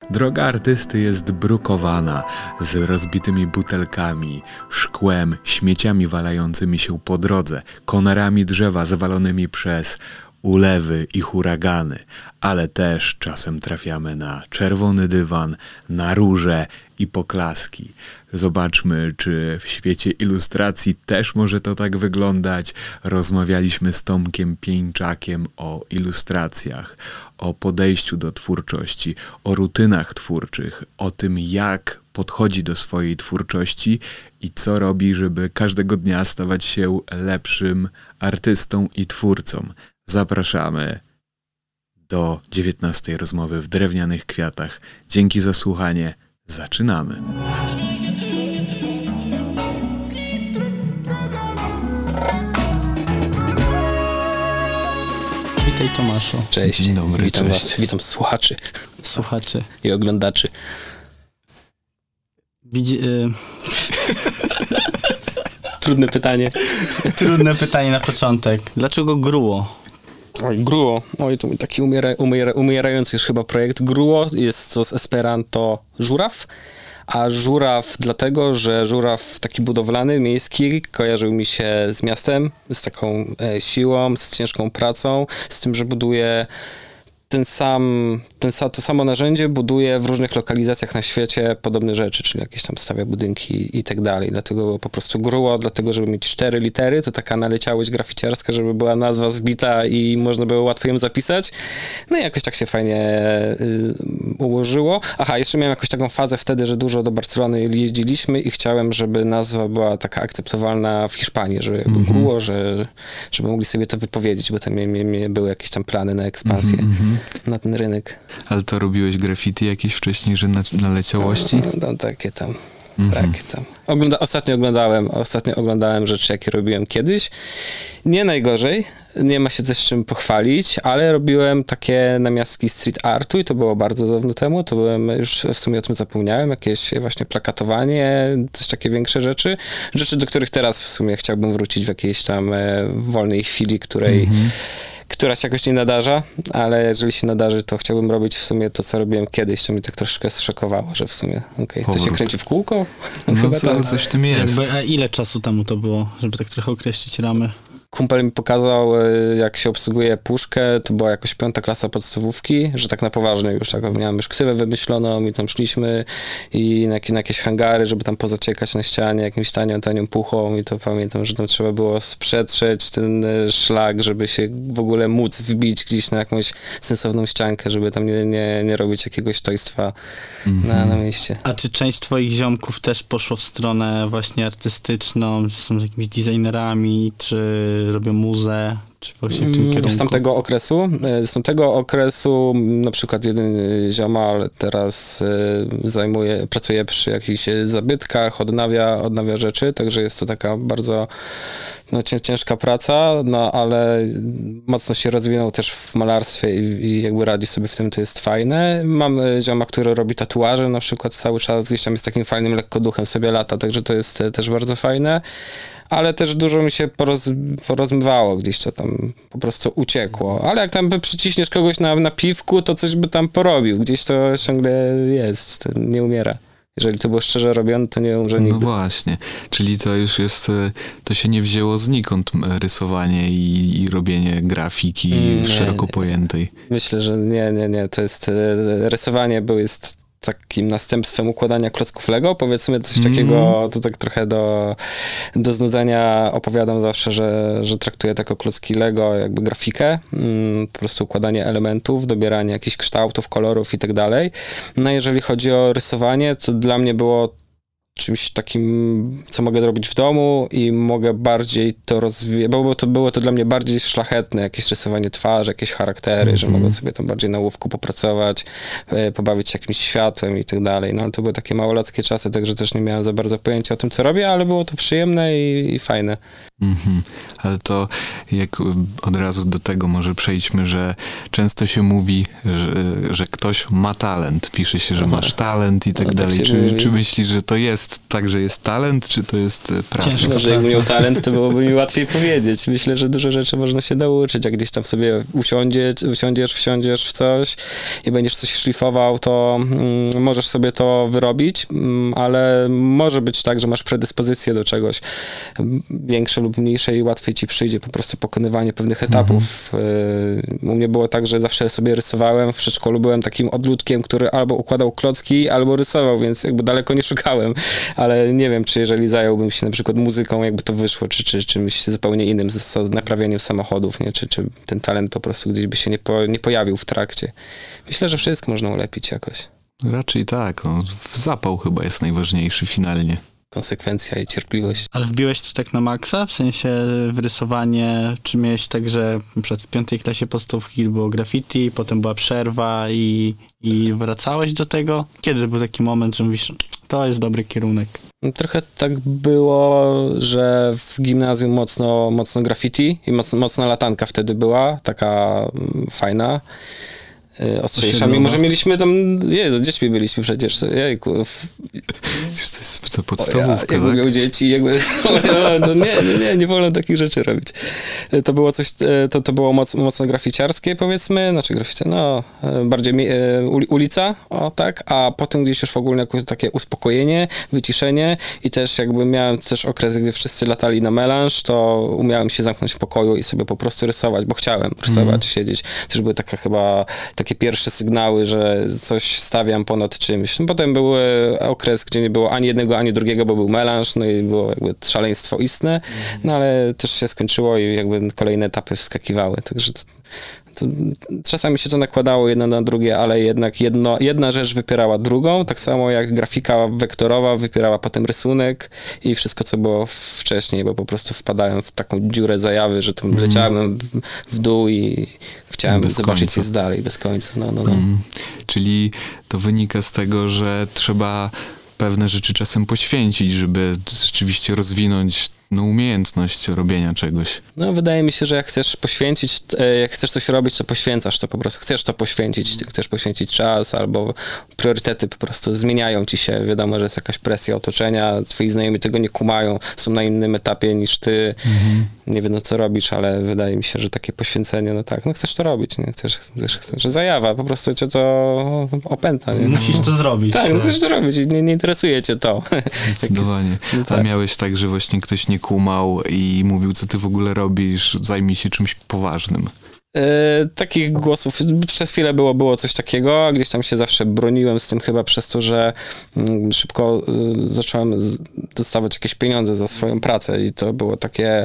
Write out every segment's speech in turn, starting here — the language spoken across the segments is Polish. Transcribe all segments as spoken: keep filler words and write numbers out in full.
Droga artysty jest brukowana, z rozbitymi butelkami, szkłem, śmieciami walającymi się po drodze, konarami drzewa zawalonymi przez ulewy i huragany, ale też czasem trafiamy na czerwony dywan, na róże i poklaski. Zobaczmy, czy w świecie ilustracji też może to tak wyglądać. Rozmawialiśmy z Tomkiem Pieńczakiem o ilustracjach, o podejściu do twórczości, o rutynach twórczych, o tym, jak podchodzi do swojej twórczości i co robi, żeby każdego dnia stawać się lepszym artystą i twórcą. Zapraszamy do dziewiętnastej rozmowy w Drewnianych Kwiatach. Dzięki za słuchanie. Zaczynamy. Witaj Tomaszu. Cześć. Dzień dobry, witam cześć. Was. Witam słuchaczy. Słuchaczy. I oglądaczy. Widzi... Y... Trudne pytanie. Trudne pytanie na początek. Dlaczego Gruo? Oj, Gruo. Oj, to mój taki umiera, umiera, umierający już chyba projekt. Gruo jest to z Esperanto żuraw, a żuraw dlatego, że żuraw taki budowlany, miejski, kojarzył mi się z miastem, z taką e, siłą, z ciężką pracą, z tym, że buduje ten sam, ten sa, to samo narzędzie buduje w różnych lokalizacjach na świecie podobne rzeczy, czyli jakieś tam stawia budynki i tak dalej. Dlatego po prostu Gruo, dlatego żeby mieć cztery litery, to taka naleciałość graficiarska, żeby była nazwa zbita i można było łatwo ją zapisać. No i jakoś tak się fajnie y, ułożyło. Aha, jeszcze miałem jakąś taką fazę wtedy, że dużo do Barcelony jeździliśmy i chciałem, żeby nazwa była taka akceptowalna w Hiszpanii, że jakby mm-hmm. Gruo, że, żeby mogli sobie to wypowiedzieć, bo tam mie, mie, mie były jakieś tam plany na ekspansję. Mm-hmm. na ten rynek. Ale to robiłeś graffiti jakieś wcześniej, że na, naleciałości? No, no takie tam, mm-hmm. takie tam. Ogląda, ostatnio oglądałem, ostatnio oglądałem rzeczy, jakie robiłem kiedyś. Nie najgorzej, nie ma się też czym pochwalić, ale robiłem takie namiastki street artu i to było bardzo dawno temu, to byłem, już w sumie o tym zapomniałem, jakieś właśnie plakatowanie, coś takie większe rzeczy. Rzeczy, do których teraz w sumie chciałbym wrócić w jakiejś tam e, wolnej chwili, której mm-hmm. która się jakoś nie nadarza, ale jeżeli się nadarzy, to chciałbym robić w sumie to, co robiłem kiedyś, to mnie tak troszkę zszokowało, że w sumie, okej, okay, to się kręci w kółko? No Chyba co, tak. coś w tym jest. Jakby, a ile czasu temu to było, żeby tak trochę określić ramy? Kumpel mi pokazał, jak się obsługuje puszkę, to była jakoś piąta klasa podstawówki, że tak na poważnie już, tak, miałem już ksywę wymyśloną i tam szliśmy i na, na jakieś hangary, żeby tam pozaciekać na ścianie jakimś tanią, tanią puchą i to pamiętam, że tam trzeba było sprzetrzeć ten szlak, żeby się w ogóle móc wbić gdzieś na jakąś sensowną ściankę, żeby tam nie, nie, nie robić jakiegoś tojstwa mm-hmm. na, na mieście. A czy część twoich ziomków też poszło w stronę właśnie artystyczną, czy są jakimiś designerami, czy robią muzę, czy właśnie w tym kierunku? Z tamtego okresu, z tamtego okresu na przykład jeden ziomal teraz zajmuje, pracuje przy jakichś zabytkach, odnawia, odnawia rzeczy, także jest to taka bardzo no, ciężka praca, no ale mocno się rozwinął też w malarstwie i, i jakby radzi sobie w tym, to jest fajne. Mam zioma, który robi tatuaże na przykład cały czas, gdzieś tam jest takim fajnym lekkoduchem sobie lata, także to jest też bardzo fajne. Ale też dużo mi się poroz, porozmywało, gdzieś to tam po prostu uciekło. Ale jak tam by przyciśniesz kogoś na, na piwku, to coś by tam porobił. Gdzieś to ciągle jest, to nie umiera. Jeżeli to było szczerze robione, to nie umrze nigdy. No właśnie, czyli to już jest, to się nie wzięło znikąd rysowanie i, i robienie grafiki nie, szeroko pojętej. Myślę, że nie, nie, nie, to jest, rysowanie było jest takim następstwem układania klocków Lego, powiedzmy coś mm. takiego, to tak trochę do, do znudzenia opowiadam zawsze, że, że traktuję jako klocki Lego jakby grafikę, mm, po prostu układanie elementów, dobieranie jakichś kształtów, kolorów i tak dalej. No jeżeli chodzi o rysowanie, to dla mnie było czymś takim, co mogę robić w domu i mogę bardziej to rozwijać, bo to było to dla mnie bardziej szlachetne, jakieś rysowanie twarzy, jakieś charaktery, mm-hmm. że mogę sobie tam bardziej na ołówku popracować, pobawić się jakimś światłem i tak dalej. No ale to były takie małolackie czasy, także też nie miałem za bardzo pojęcia o tym, co robię, ale było to przyjemne i, i fajne. Mm-hmm. Ale to jak od razu do tego może przejdźmy, że często się mówi, że, że ktoś ma talent, pisze się, że masz talent i tak no, dalej. tak czy, czy myślisz, że to jest także jest talent, czy to jest e, praca? Ciężka Może jakbym miał talent, to byłoby mi łatwiej powiedzieć. Myślę, że dużo rzeczy można się nauczyć, jak gdzieś tam sobie usiądzie, usiądziesz, wsiądziesz w coś i będziesz coś szlifował, to mm, możesz sobie to wyrobić, mm, ale może być tak, że masz predyspozycję do czegoś mm, większe lub mniejsze i łatwiej ci przyjdzie po prostu pokonywanie pewnych etapów. Mm-hmm. U mnie było tak, że zawsze sobie rysowałem, w przedszkolu byłem takim odludkiem, który albo układał klocki, albo rysował, więc jakby daleko nie szukałem, ale nie wiem, czy jeżeli zająłbym się na przykład muzyką, jakby to wyszło, czy, czy czymś zupełnie innym, z, z naprawianiem samochodów, nie? Czy, czy ten talent po prostu gdzieś by się nie, po, nie pojawił w trakcie. Myślę, że wszystko można ulepić jakoś. Raczej tak, no. Zapał chyba jest najważniejszy finalnie. Konsekwencja i cierpliwość. Ale wbiłeś to tak na maksa? W sensie wyrysowanie, czy miałeś tak, że na przykład w piątej klasie podstawówki było graffiti, potem była przerwa i, i wracałeś do tego? Kiedy był taki moment, że mówisz, to jest dobry kierunek? Trochę tak było, że w gimnazjum mocno, mocno graffiti i mocno, mocna latanka wtedy była, taka fajna. Ostrzejsza, mimo że mieliśmy tam, Jezu, dziećmi byliśmy przecież, jejku. W... To jest to podstawówka, ja, jakby tak? miał dzieci, jakby, no, nie, nie, nie, nie wolno takich rzeczy robić. To było coś, to, to było moc, mocno graficiarskie, powiedzmy, znaczy graficie, no, bardziej ulica, o tak, a potem gdzieś już w ogóle jakieś takie uspokojenie, wyciszenie i też jakby miałem też okres, gdy wszyscy latali na melanż, to umiałem się zamknąć w pokoju i sobie po prostu rysować, bo chciałem rysować, mm. siedzieć. Też były takie chyba, takie pierwsze sygnały, że coś stawiam ponad czymś. Potem był okres, gdzie nie było ani jednego, ani drugiego, bo był melanż, no i było jakby szaleństwo istne, no ale też się skończyło i jakby kolejne etapy wskakiwały, także to, to, czasami się to nakładało jedno na drugie, ale jednak jedno, jedna rzecz wypierała drugą, tak samo jak grafika wektorowa wypierała potem rysunek i wszystko, co było wcześniej, bo po prostu wpadałem w taką dziurę zajawy, że tam leciałem w dół i chciałem bez zobaczyć, końca. co jest dalej, bez końca. No, no, no. Mm. Czyli to wynika z tego, że trzeba pewne rzeczy czasem poświęcić, żeby rzeczywiście rozwinąć no, umiejętność robienia czegoś. No, wydaje mi się, że jak chcesz poświęcić, jak chcesz coś robić, to poświęcasz to po prostu. Chcesz to poświęcić, ty chcesz poświęcić czas, albo priorytety po prostu zmieniają ci się. Wiadomo, że jest jakaś presja otoczenia, twoi znajomi tego nie kumają, są na innym etapie niż ty, mhm. nie wiedzą, co robisz, ale wydaje mi się, że takie poświęcenie, no tak, no chcesz to robić, nie? Chcesz, chcesz, chcesz, że zajawa, po prostu cię to opęta, nie? Musisz to zrobić. Tak, no chcesz to robić i nie, nie interesuje cię to. Zdecydowanie. No tak. A miałeś tak, że właśnie ktoś nie kumał i mówił, co ty w ogóle robisz, zajmij się czymś poważnym. Yy, takich głosów przez chwilę było, było coś takiego, a gdzieś tam się zawsze broniłem z tym chyba przez to, że mm, szybko y, zacząłem z, dostawać jakieś pieniądze za swoją pracę i to było takie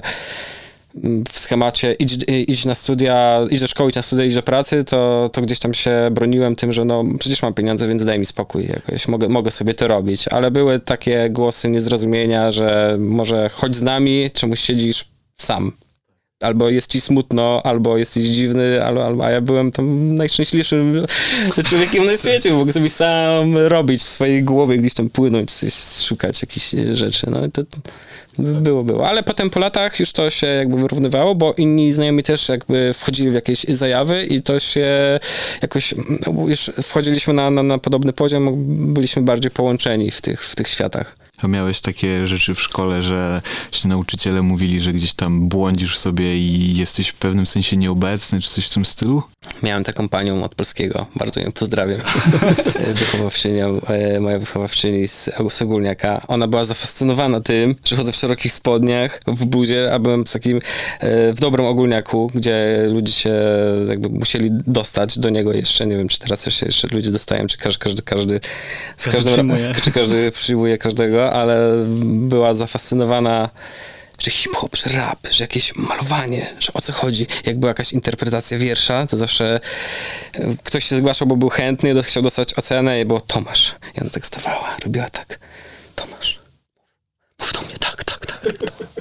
w schemacie idź, idź na studia, idź do szkoły, idź na studia, idź do pracy, to, to gdzieś tam się broniłem tym, że no przecież mam pieniądze, więc daj mi spokój jakoś, mogę, mogę sobie to robić, ale były takie głosy niezrozumienia, że może chodź z nami, czemuś siedzisz sam. Albo jest ci smutno, albo jesteś dziwny, albo, albo a ja byłem tam najszczęśliwszym człowiekiem na świecie, mogę sobie sam robić w swojej głowie, gdzieś tam płynąć, coś, szukać jakichś rzeczy, no to było, było. Ale potem po latach już to się jakby wyrównywało, bo inni znajomi też jakby wchodzili w jakieś zajawy i to się jakoś, no, już wchodziliśmy na, na, na podobny poziom, byliśmy bardziej połączeni w tych, w tych światach. A miałeś takie rzeczy w szkole, że się nauczyciele mówili, że gdzieś tam błądzisz sobie i jesteś w pewnym sensie nieobecny, czy coś w tym stylu? Miałem taką panią od polskiego, bardzo ją pozdrawiam. Wychowawczynią, moja wychowawczyni z Ogólniaka. Ona była zafascynowana tym, że chodzę w szerokich spodniach, w bluzie, a byłem w takim, w dobrym Ogólniaku, gdzie ludzie się jakby musieli dostać do niego jeszcze. Nie wiem, czy teraz się jeszcze ludzie dostają, czy każdy, każdy, każdy, w każdy każdym, przyjmuje. czy każdy przyjmuje każdego, ale była zafascynowana, że hip-hop, że rap, że jakieś malowanie, że o co chodzi. Jak była jakaś interpretacja wiersza, to zawsze ktoś się zgłaszał, bo był chętny, chciał dostać ocenę i było Tomasz. I ona tak stawała, robiła tak. Tomasz, mów do mnie tak, tak, tak, tak. tak.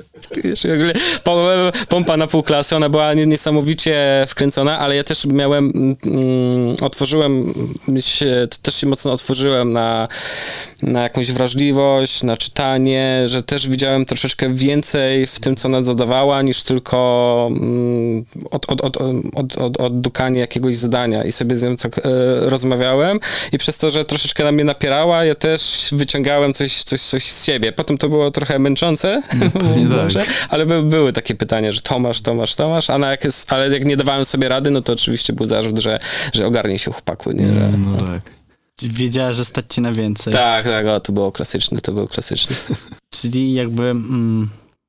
Pompa na pół klasy, ona była niesamowicie wkręcona, ale ja też miałem, mm, otworzyłem się, też się mocno otworzyłem na, na jakąś wrażliwość, na czytanie, że też widziałem troszeczkę więcej w tym, co ona zadawała, niż tylko mm, od, od, od, od, od, oddukanie jakiegoś zadania i sobie z nią tak, e, rozmawiałem i przez to, że troszeczkę na mnie napierała, ja też wyciągałem coś, coś, coś z siebie. Potem to było trochę męczące, No, może, tak. ale by, były takie pytania, że Tomasz, Tomasz, Tomasz, a na jak jest, ale jak nie dawałem sobie rady, no to oczywiście był zarzut, że, że ogarnie się chłopaku, nie? Że, No tak. Wiedziała, że stać ci na więcej. tak, tak, o, to było klasyczne, to było klasyczne. Czyli jakby mm,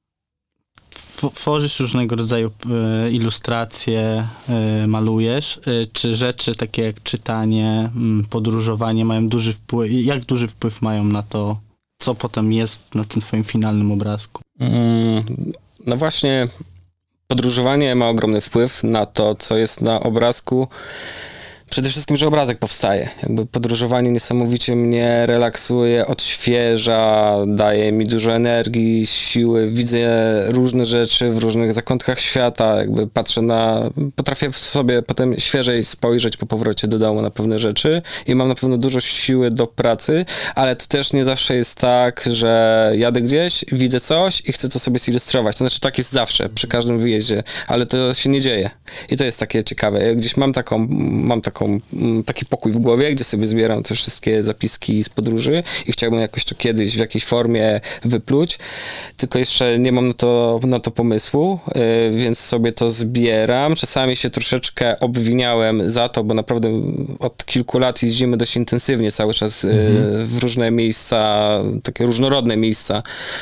tw- tworzysz różnego rodzaju e, ilustracje, e, malujesz. E, czy rzeczy takie jak czytanie, mm, podróżowanie mają duży wpływ, jak duży wpływ mają na to, co potem jest na tym twoim finalnym obrazku? Mm, no właśnie, podróżowanie ma ogromny wpływ na to, co jest na obrazku. Przede wszystkim, że obrazek powstaje. Jakby podróżowanie niesamowicie mnie relaksuje, odświeża, daje mi dużo energii, siły, widzę różne rzeczy w różnych zakątkach świata, jakby patrzę na... Potrafię sobie potem świeżej spojrzeć po powrocie do domu na pewne rzeczy i mam na pewno dużo siły do pracy, ale to też nie zawsze jest tak, że jadę gdzieś, widzę coś i chcę to sobie zilustrować. To znaczy tak jest zawsze, przy każdym wyjeździe, ale to się nie dzieje. I to jest takie ciekawe. Ja gdzieś mam taką, mam taką Taką, taki pokój w głowie, gdzie sobie zbieram te wszystkie zapiski z podróży i chciałbym jakoś to kiedyś w jakiejś formie wypluć, tylko jeszcze nie mam na to, na to pomysłu, yy, więc sobie to zbieram. Czasami się troszeczkę obwiniałem za to, bo naprawdę od kilku lat jeździmy dość intensywnie cały czas yy, mhm. w różne miejsca, takie różnorodne miejsca.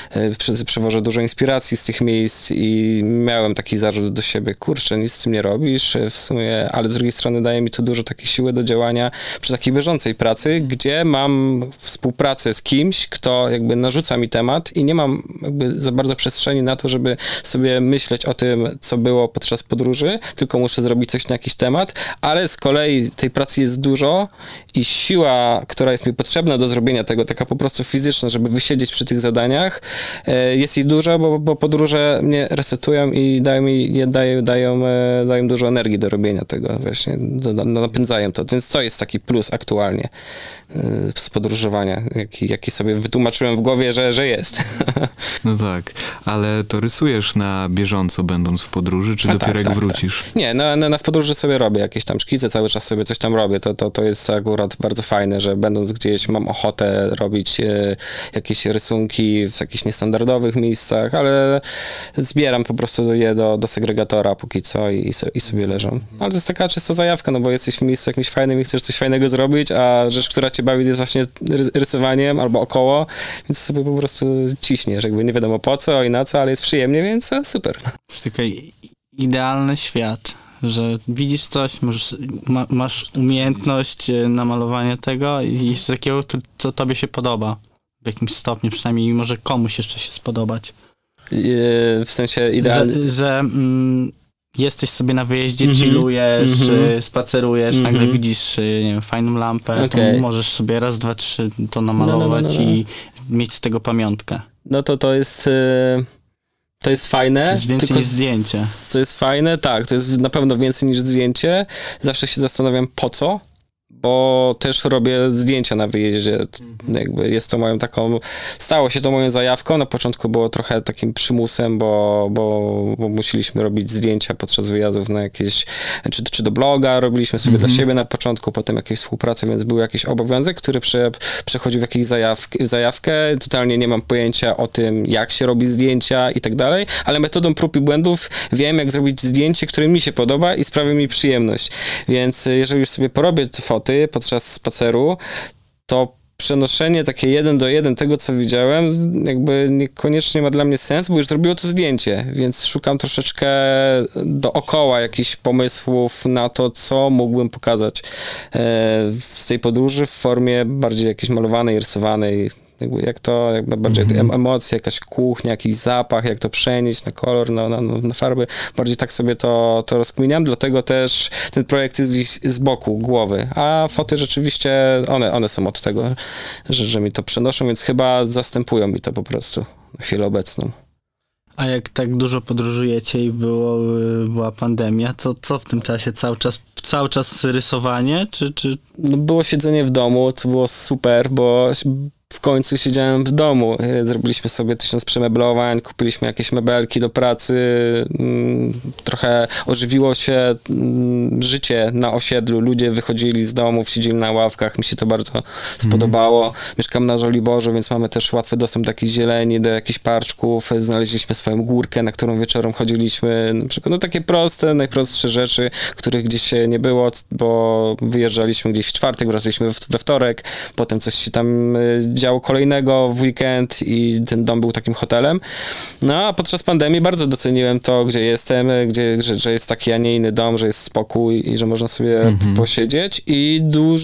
Yy, przewożę dużo inspiracji z tych miejsc i miałem taki zarzut do siebie, kurczę, nic z tym nie robisz w sumie, ale z drugiej strony daje mi to dużo takiej siły do działania przy takiej bieżącej pracy, gdzie mam współpracę z kimś, kto jakby narzuca mi temat i nie mam jakby za bardzo przestrzeni na to, żeby sobie myśleć o tym, co było podczas podróży, tylko muszę zrobić coś na jakiś temat, ale z kolei tej pracy jest dużo i siła, która jest mi potrzebna do zrobienia tego, taka po prostu fizyczna, żeby wysiedzieć przy tych zadaniach, jest jej dużo, bo, bo podróże mnie resetują i dają mi, dają, dają, dają dużo energii do robienia tego właśnie, do, do, napędzają to, więc co jest taki plus aktualnie yy, z podróżowania, jaki, jaki sobie wytłumaczyłem w głowie, że, że jest. No tak, ale to rysujesz na bieżąco, będąc w podróży, czy A dopiero tak, jak tak, wrócisz? Tak. Nie, na, na, na w podróży sobie robię jakieś tam szkice, cały czas sobie coś tam robię, to, to, to jest akurat bardzo fajne, że będąc gdzieś mam ochotę robić e, jakieś rysunki w jakichś niestandardowych miejscach, ale zbieram po prostu je do, do segregatora póki co i, i, so, i sobie leżą. Ale to jest taka czysta zajawka, no bo jesteś w miejscu jakimś fajnym i chcesz coś fajnego zrobić, a rzecz, która cię bawi, jest właśnie rysowaniem albo około, więc sobie po prostu ciśniesz, jakby nie wiadomo po co i na co, ale jest przyjemnie, więc super. To jest taki idealny świat, że widzisz coś, możesz, ma, masz umiejętność namalowania tego i jeszcze takiego, co tobie się podoba w jakimś stopniu przynajmniej i może komuś jeszcze się spodobać. Yy, w sensie idealny... Że, że mm, jesteś sobie na wyjeździe, mm-hmm. chillujesz, mm-hmm. spacerujesz, mm-hmm. nagle widzisz, nie wiem, fajną lampę, okay. to możesz sobie raz, dwa, trzy to namalować no, no, no, no. i mieć z tego pamiątkę. No to to jest... Yy... To jest fajne. To jest więcej tylko niż zdjęcie. Co jest fajne, tak, to jest na pewno więcej niż zdjęcie. Zawsze się zastanawiam po co, bo też robię zdjęcia na wyjeździe. Mm-hmm. Jakby jest to moją taką, stało się to moją zajawką. Na początku było trochę takim przymusem, bo, bo, bo musieliśmy robić zdjęcia podczas wyjazdów na jakieś, czy, czy do bloga, robiliśmy sobie mm-hmm. dla siebie na początku, potem jakieś współpracy, więc był jakiś obowiązek, który prze, przechodził w jakąś zajawkę, zajawkę. Totalnie nie mam pojęcia o tym, jak się robi zdjęcia i tak dalej, ale metodą prób i błędów wiem, jak zrobić zdjęcie, które mi się podoba i sprawia mi przyjemność. Więc jeżeli już sobie porobię te foty podczas spaceru, to przenoszenie takie jeden do jeden tego, co widziałem, jakby niekoniecznie ma dla mnie sens, bo już zrobiło to zdjęcie, więc szukam troszeczkę dookoła jakichś pomysłów na to, co mógłbym pokazać z tej podróży w formie bardziej jakiejś malowanej, rysowanej, jakby jak to, jakby bardziej mm-hmm. emocje, jakaś kuchnia, jakiś zapach, jak to przenieść na kolor, na, na, na farby. Bardziej tak sobie to, to rozkminiam, dlatego też ten projekt jest gdzieś z boku głowy, a foty rzeczywiście, one, one są od tego, że, że mi to przenoszą, więc chyba zastępują mi to po prostu na chwilę obecną. A jak tak dużo podróżujecie i było, była pandemia, to co w tym czasie? Cały czas, cały czas rysowanie, czy... czy... No było siedzenie w domu, co było super, bo w końcu siedziałem w domu. Zrobiliśmy sobie tysiąc przemeblowań, kupiliśmy jakieś mebelki do pracy, trochę ożywiło się życie na osiedlu. Ludzie wychodzili z domów, siedzieli na ławkach. Mi się to bardzo spodobało. Mm. Mieszkam na Żoliborzu, więc mamy też łatwy dostęp do jakiejś zieleni, do jakichś parczków. Znaleźliśmy swoją górkę, na którą wieczorem chodziliśmy. Na przykład no, takie proste, najprostsze rzeczy, których gdzieś nie było, bo wyjeżdżaliśmy gdzieś w czwartek, wracaliśmy we wtorek, potem coś się tam działo kolejnego w weekend i ten dom był takim hotelem. No a podczas pandemii bardzo doceniłem to, gdzie jestem, gdzie, że, że jest taki, a nie inny dom, że jest spokój i że można sobie mm-hmm. posiedzieć i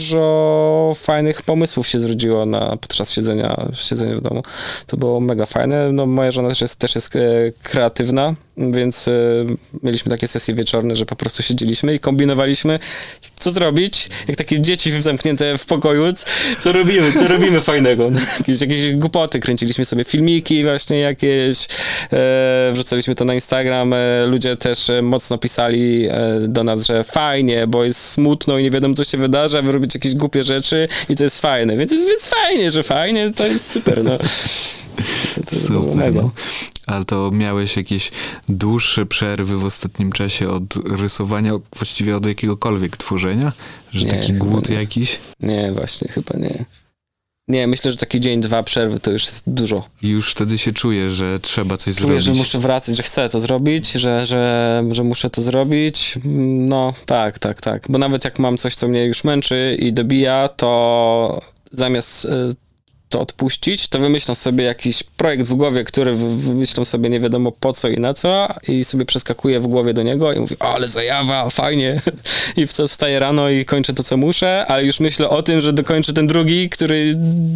dużo fajnych pomysłów się zrodziło na, podczas siedzenia, siedzenia w domu. To było mega fajne. No moja żona też jest, też jest kreatywna, więc y, mieliśmy takie sesje wieczorne, że po prostu siedzieliśmy i kombinowaliśmy, co zrobić, jak takie dzieci zamknięte w pokoju, co robimy, co robimy fajnego. Jakieś, jakieś głupoty, kręciliśmy sobie filmiki właśnie jakieś, e, wrzucaliśmy to na Instagram, e, ludzie też e, mocno pisali e, do nas, że fajnie, bo jest smutno i nie wiadomo, co się wydarzy, a wy robicie jakieś głupie rzeczy i to jest fajne, więc jest, więc fajnie, że fajnie, to jest super, no. To, to, to super, mega. no. Ale to miałeś jakieś dłuższe przerwy w ostatnim czasie od rysowania, właściwie od jakiegokolwiek tworzenia? Że Nie, taki głód nie. jakiś? Nie, właśnie, chyba nie. Nie, myślę, że taki dzień, dwa przerwy to już jest dużo. I już wtedy się czuję, że trzeba coś Czuję, zrobić. że muszę wracać, że chcę to zrobić, że, że, że muszę to zrobić. No, tak, tak, tak. Bo nawet jak mam coś, co mnie już męczy i dobija, to zamiast y, to odpuścić, to wymyślam sobie jakiś projekt w głowie, który wymyślam sobie nie wiadomo po co i na co i sobie przeskakuję w głowie do niego i mówię, o, ale zajawa, fajnie. I wstaję rano i kończę to, co muszę, ale już myślę o tym, że dokończę ten drugi, który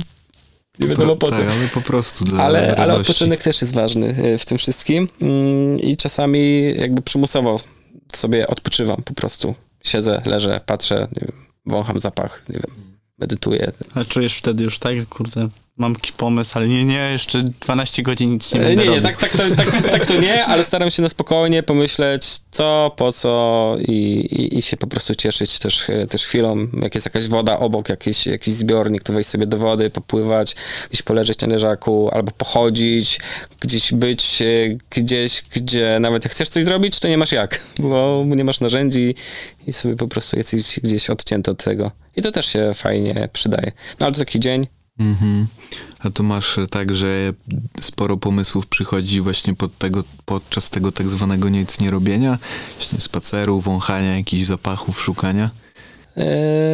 nie wiadomo po co. Tak, ale po prostu dla ale, radości. ale odpoczynek też jest ważny w tym wszystkim i czasami jakby przymusowo sobie odpoczywam po prostu. Siedzę, leżę, patrzę, nie wiem, wącham zapach, nie wiem, medytuję. A czujesz wtedy już tak, kurde, mam jakiś pomysł, ale nie, nie, jeszcze dwanaście godzin nic nie będę Nie, nie, robił. tak, tak, to, tak, tak to nie, ale staram się na spokojnie pomyśleć co, po co i, i, i się po prostu cieszyć też, też chwilą. Jak jest jakaś woda obok, jakiś, jakiś zbiornik, to wejść sobie do wody, popływać, gdzieś poleżeć na leżaku, albo pochodzić, gdzieś być, gdzieś, gdzie nawet jak chcesz coś zrobić, to nie masz jak, bo nie masz narzędzi i sobie po prostu jesteś gdzieś odcięty od tego. I to też się fajnie przydaje. No ale to taki dzień. Mhm. A to masz tak, że sporo pomysłów przychodzi właśnie pod tego, podczas tego tak zwanego nic nie robienia? Właśnie spaceru, wąchania jakichś zapachów, szukania? Eee,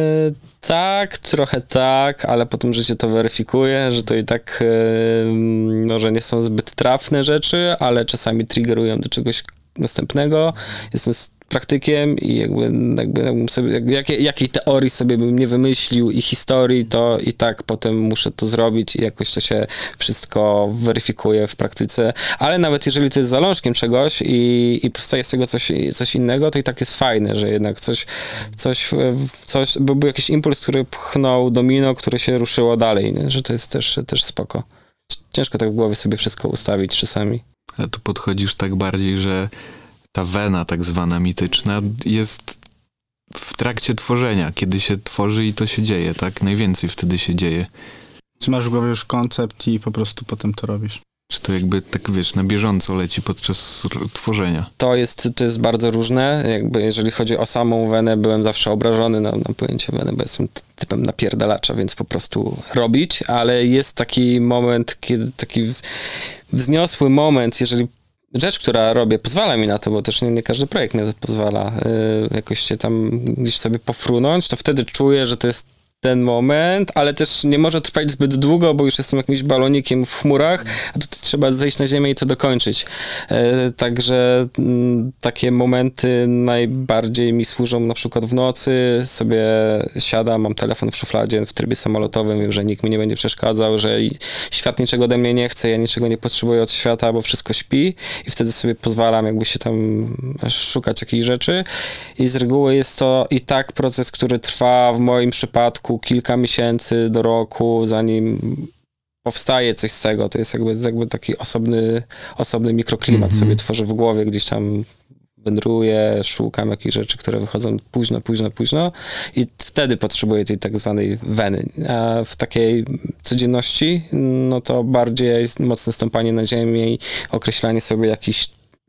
tak, trochę tak, ale potem życie to weryfikuje, że to i tak e, może nie są zbyt trafne rzeczy, ale czasami triggerują do czegoś następnego. Jestem praktykiem i jakby, jakby, jakbym sobie, jak, jakiej, jakiej teorii sobie bym nie wymyślił i historii, to i tak potem muszę to zrobić i jakoś to się wszystko weryfikuje w praktyce, ale nawet jeżeli to jest zalążkiem czegoś i, i powstaje z tego coś, coś innego, to i tak jest fajne, że jednak coś, coś, coś byłby jakiś impuls, który pchnął domino, które się ruszyło dalej, nie? Że to jest też, też spoko. Ciężko tak w głowie sobie wszystko ustawić czasami. A tu podchodzisz tak bardziej, że ta wena tak zwana mityczna jest w trakcie tworzenia, kiedy się tworzy i to się dzieje, tak? Najwięcej wtedy się dzieje. Czy masz w głowie już koncept i po prostu potem to robisz? Czy to jakby tak, wiesz, na bieżąco leci podczas tworzenia? To jest, to jest bardzo różne. Jakby jeżeli chodzi o samą wenę, byłem zawsze obrażony na, na pojęcie weny, bo jestem typem napierdalacza, więc po prostu robić, ale jest taki moment, kiedy taki wzniosły moment, jeżeli rzecz, która robię, pozwala mi na to, bo też nie, nie każdy projekt mi na to pozwala yy, jakoś się tam gdzieś sobie pofrunąć, to wtedy czuję, że to jest ten moment, ale też nie może trwać zbyt długo, bo już jestem jakimś balonikiem w chmurach, a tutaj trzeba zejść na ziemię i to dokończyć. E, także m, takie momenty najbardziej mi służą na przykład w nocy, sobie siadam, mam telefon w szufladzie w trybie samolotowym, wiem, że nikt mi nie będzie przeszkadzał, że świat niczego ode mnie nie chce, ja niczego nie potrzebuję od świata, bo wszystko śpi i wtedy sobie pozwalam jakby się tam szukać jakichś rzeczy i z reguły jest to i tak proces, który trwa w moim przypadku kilka miesięcy do roku, zanim powstaje coś z tego, to jest jakby, jakby taki osobny, osobny mikroklimat sobie tworzę w głowie, gdzieś tam wędruję, szukam jakichś rzeczy, które wychodzą późno, późno, późno i wtedy potrzebuję tej tak zwanej weny. A w takiej codzienności, no to bardziej jest mocne stąpanie na ziemię i określanie sobie jakichś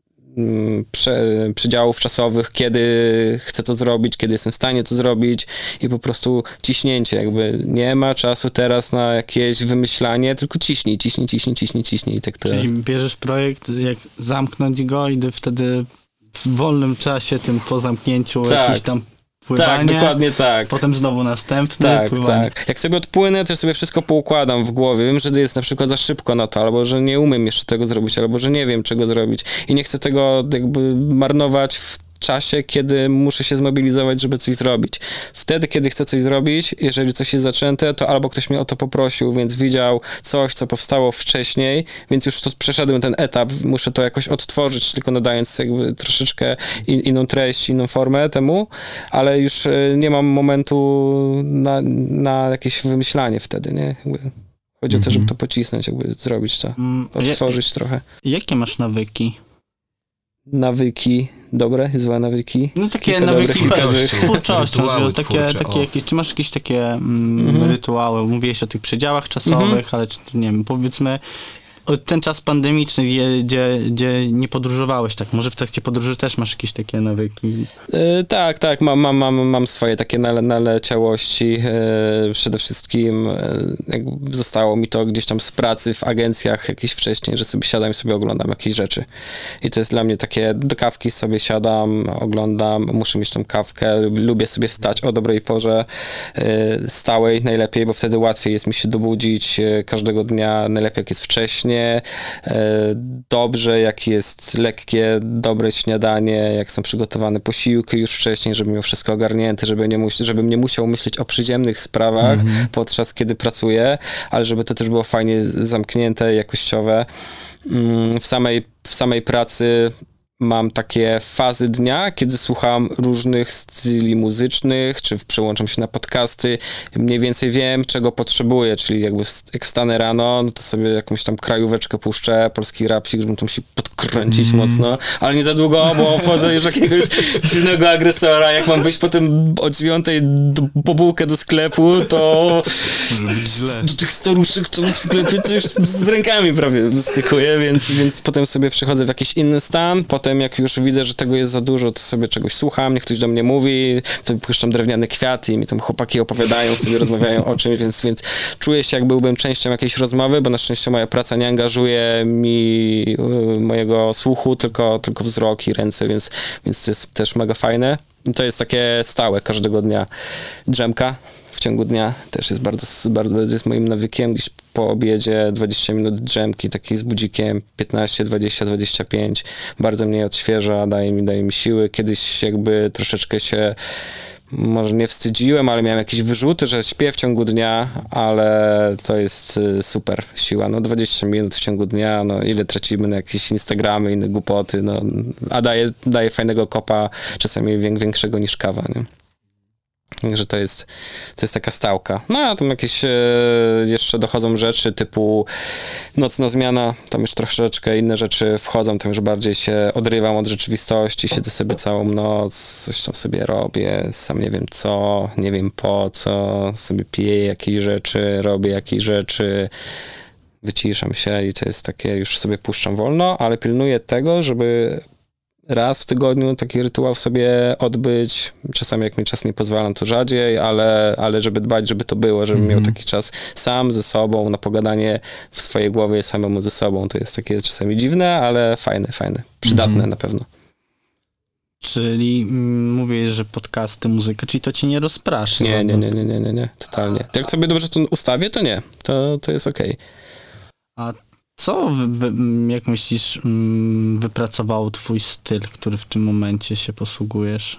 Prze, przedziałów czasowych, kiedy chcę to zrobić, kiedy jestem w stanie to zrobić i po prostu ciśnięcie, jakby nie ma czasu teraz na jakieś wymyślanie, tylko ciśnij, ciśnij, ciśnij, ciśnij, ciśnij i tak to. Czyli bierzesz projekt, jak zamknąć go i wtedy w wolnym czasie, tym po zamknięciu tak. jakiś tam pływanie, tak, dokładnie tak. Potem znowu następny tak, pływanie. tak. Jak sobie odpłynę, to ja sobie wszystko poukładam w głowie. Wiem, że jest na przykład za szybko na to, albo że nie umiem jeszcze tego zrobić, albo że nie wiem, czego zrobić. I nie chcę tego jakby marnować w czasie, kiedy muszę się zmobilizować, żeby coś zrobić. Wtedy, kiedy chcę coś zrobić, jeżeli coś jest zaczęte, to albo ktoś mnie o to poprosił, więc widział coś, co powstało wcześniej, więc już to przeszedłem ten etap, muszę to jakoś odtworzyć, tylko nadając jakby troszeczkę in, inną treść, inną formę temu, ale już nie mam momentu na, na jakieś wymyślanie wtedy, nie? Jakby chodzi mm-hmm. o to, żeby to pocisnąć, jakby zrobić to, mm, odtworzyć ja, trochę. Jakie masz nawyki? Nawyki, dobre, złe nawyki. No takie Kilka nawyki dobrych, twórczością, takie, takie, jakieś, czy masz jakieś takie mm, mhm. rytuały? Mówiłeś o tych przedziałach czasowych, mhm. ale czy, nie wiem, powiedzmy ten czas pandemiczny, gdzie, gdzie nie podróżowałeś, tak? Może w trakcie podróży też masz jakieś takie nawyki? Yy, tak, tak, mam, mam, mam, mam swoje takie nale, naleciałości. Yy, przede wszystkim yy, zostało mi to gdzieś tam z pracy w agencjach jakieś wcześniej, że sobie siadam i sobie oglądam jakieś rzeczy. I to jest dla mnie takie, do kawki sobie siadam, oglądam, muszę mieć tą kawkę, lubię sobie wstać o dobrej porze, yy, stałej najlepiej, bo wtedy łatwiej jest mi się dobudzić yy, każdego dnia, najlepiej jak jest wcześniej, dobrze, jak jest lekkie, dobre śniadanie, jak są przygotowane posiłki już wcześniej, żebym miał wszystko ogarnięte, żeby nie mus- żebym nie musiał myśleć o przyziemnych sprawach mm-hmm. podczas kiedy pracuję, ale żeby to też było fajnie zamknięte, jakościowe. W samej, w samej pracy mam takie fazy dnia, kiedy słucham różnych styli muzycznych, czy przełączam się na podcasty, mniej więcej wiem, czego potrzebuję, czyli jakby jak wstanę rano, no to sobie jakąś tam krajóweczkę puszczę, polski rapsik, żeby to musi podkręcić mm. mocno, ale nie za długo, bo wchodzę już jakiegoś dziwnego agresora, jak mam wyjść potem o dziewiątej do, po bułkę do sklepu, to do tych staruszek, to w sklepie to już z rękami prawie wyskakuję, więc, więc potem sobie przechodzę w jakiś inny stan, potem jak już widzę, że tego jest za dużo, to sobie czegoś słucham, niech ktoś do mnie mówi, to puszczam drewniane kwiaty i mi tam chłopaki opowiadają, sobie rozmawiają o czymś, więc, więc czuję się, jak byłbym częścią jakiejś rozmowy, bo na szczęście moja praca nie angażuje mi y, mojego słuchu, tylko, tylko wzrok i ręce, więc, więc to jest też mega fajne. I to jest takie stałe każdego dnia. Drzemka w ciągu dnia też jest bardzo, bardzo jest moim nawykiem, gdzieś po obiedzie dwadzieścia minut drzemki, takiej z budzikiem, piętnaście, dwadzieścia, dwadzieścia pięć. Bardzo mnie odświeża, daje mi, daje mi siły. Kiedyś jakby troszeczkę się może nie wstydziłem, ale miałem jakieś wyrzuty, że śpię w ciągu dnia, ale to jest super siła. No dwadzieścia minut w ciągu dnia, no ile tracimy na jakieś Instagramy, inne głupoty, no a daje, daje fajnego kopa, czasami większego niż kawa, nie? Także to jest, to jest taka stałka. No a tam jakieś e, jeszcze dochodzą rzeczy typu nocna zmiana, tam już troszeczkę inne rzeczy wchodzą, tam już bardziej się odrywam od rzeczywistości, siedzę sobie całą noc, coś tam sobie robię, sam nie wiem co, nie wiem po co, sobie piję jakieś rzeczy, robię jakieś rzeczy, wyciszam się i to jest takie, już sobie puszczam wolno, ale pilnuję tego, żeby raz w tygodniu taki rytuał sobie odbyć. Czasami jak mi czas nie pozwala, to rzadziej, ale, ale żeby dbać, żeby to było, żebym mm-hmm. miał taki czas sam ze sobą, na pogadanie w swojej głowie samemu ze sobą. To jest takie czasami dziwne, ale fajne, fajne. Przydatne mm-hmm. na pewno. Czyli mm, mówię, że podcasty, muzyka, czyli to cię nie rozpraszy? Nie, nie, nie, nie, nie, nie, nie, totalnie. Jak sobie dobrze to ustawię, to nie. To, to jest okej. Okay. A co, wy, jak myślisz, wypracował twój styl, który w tym momencie się posługujesz?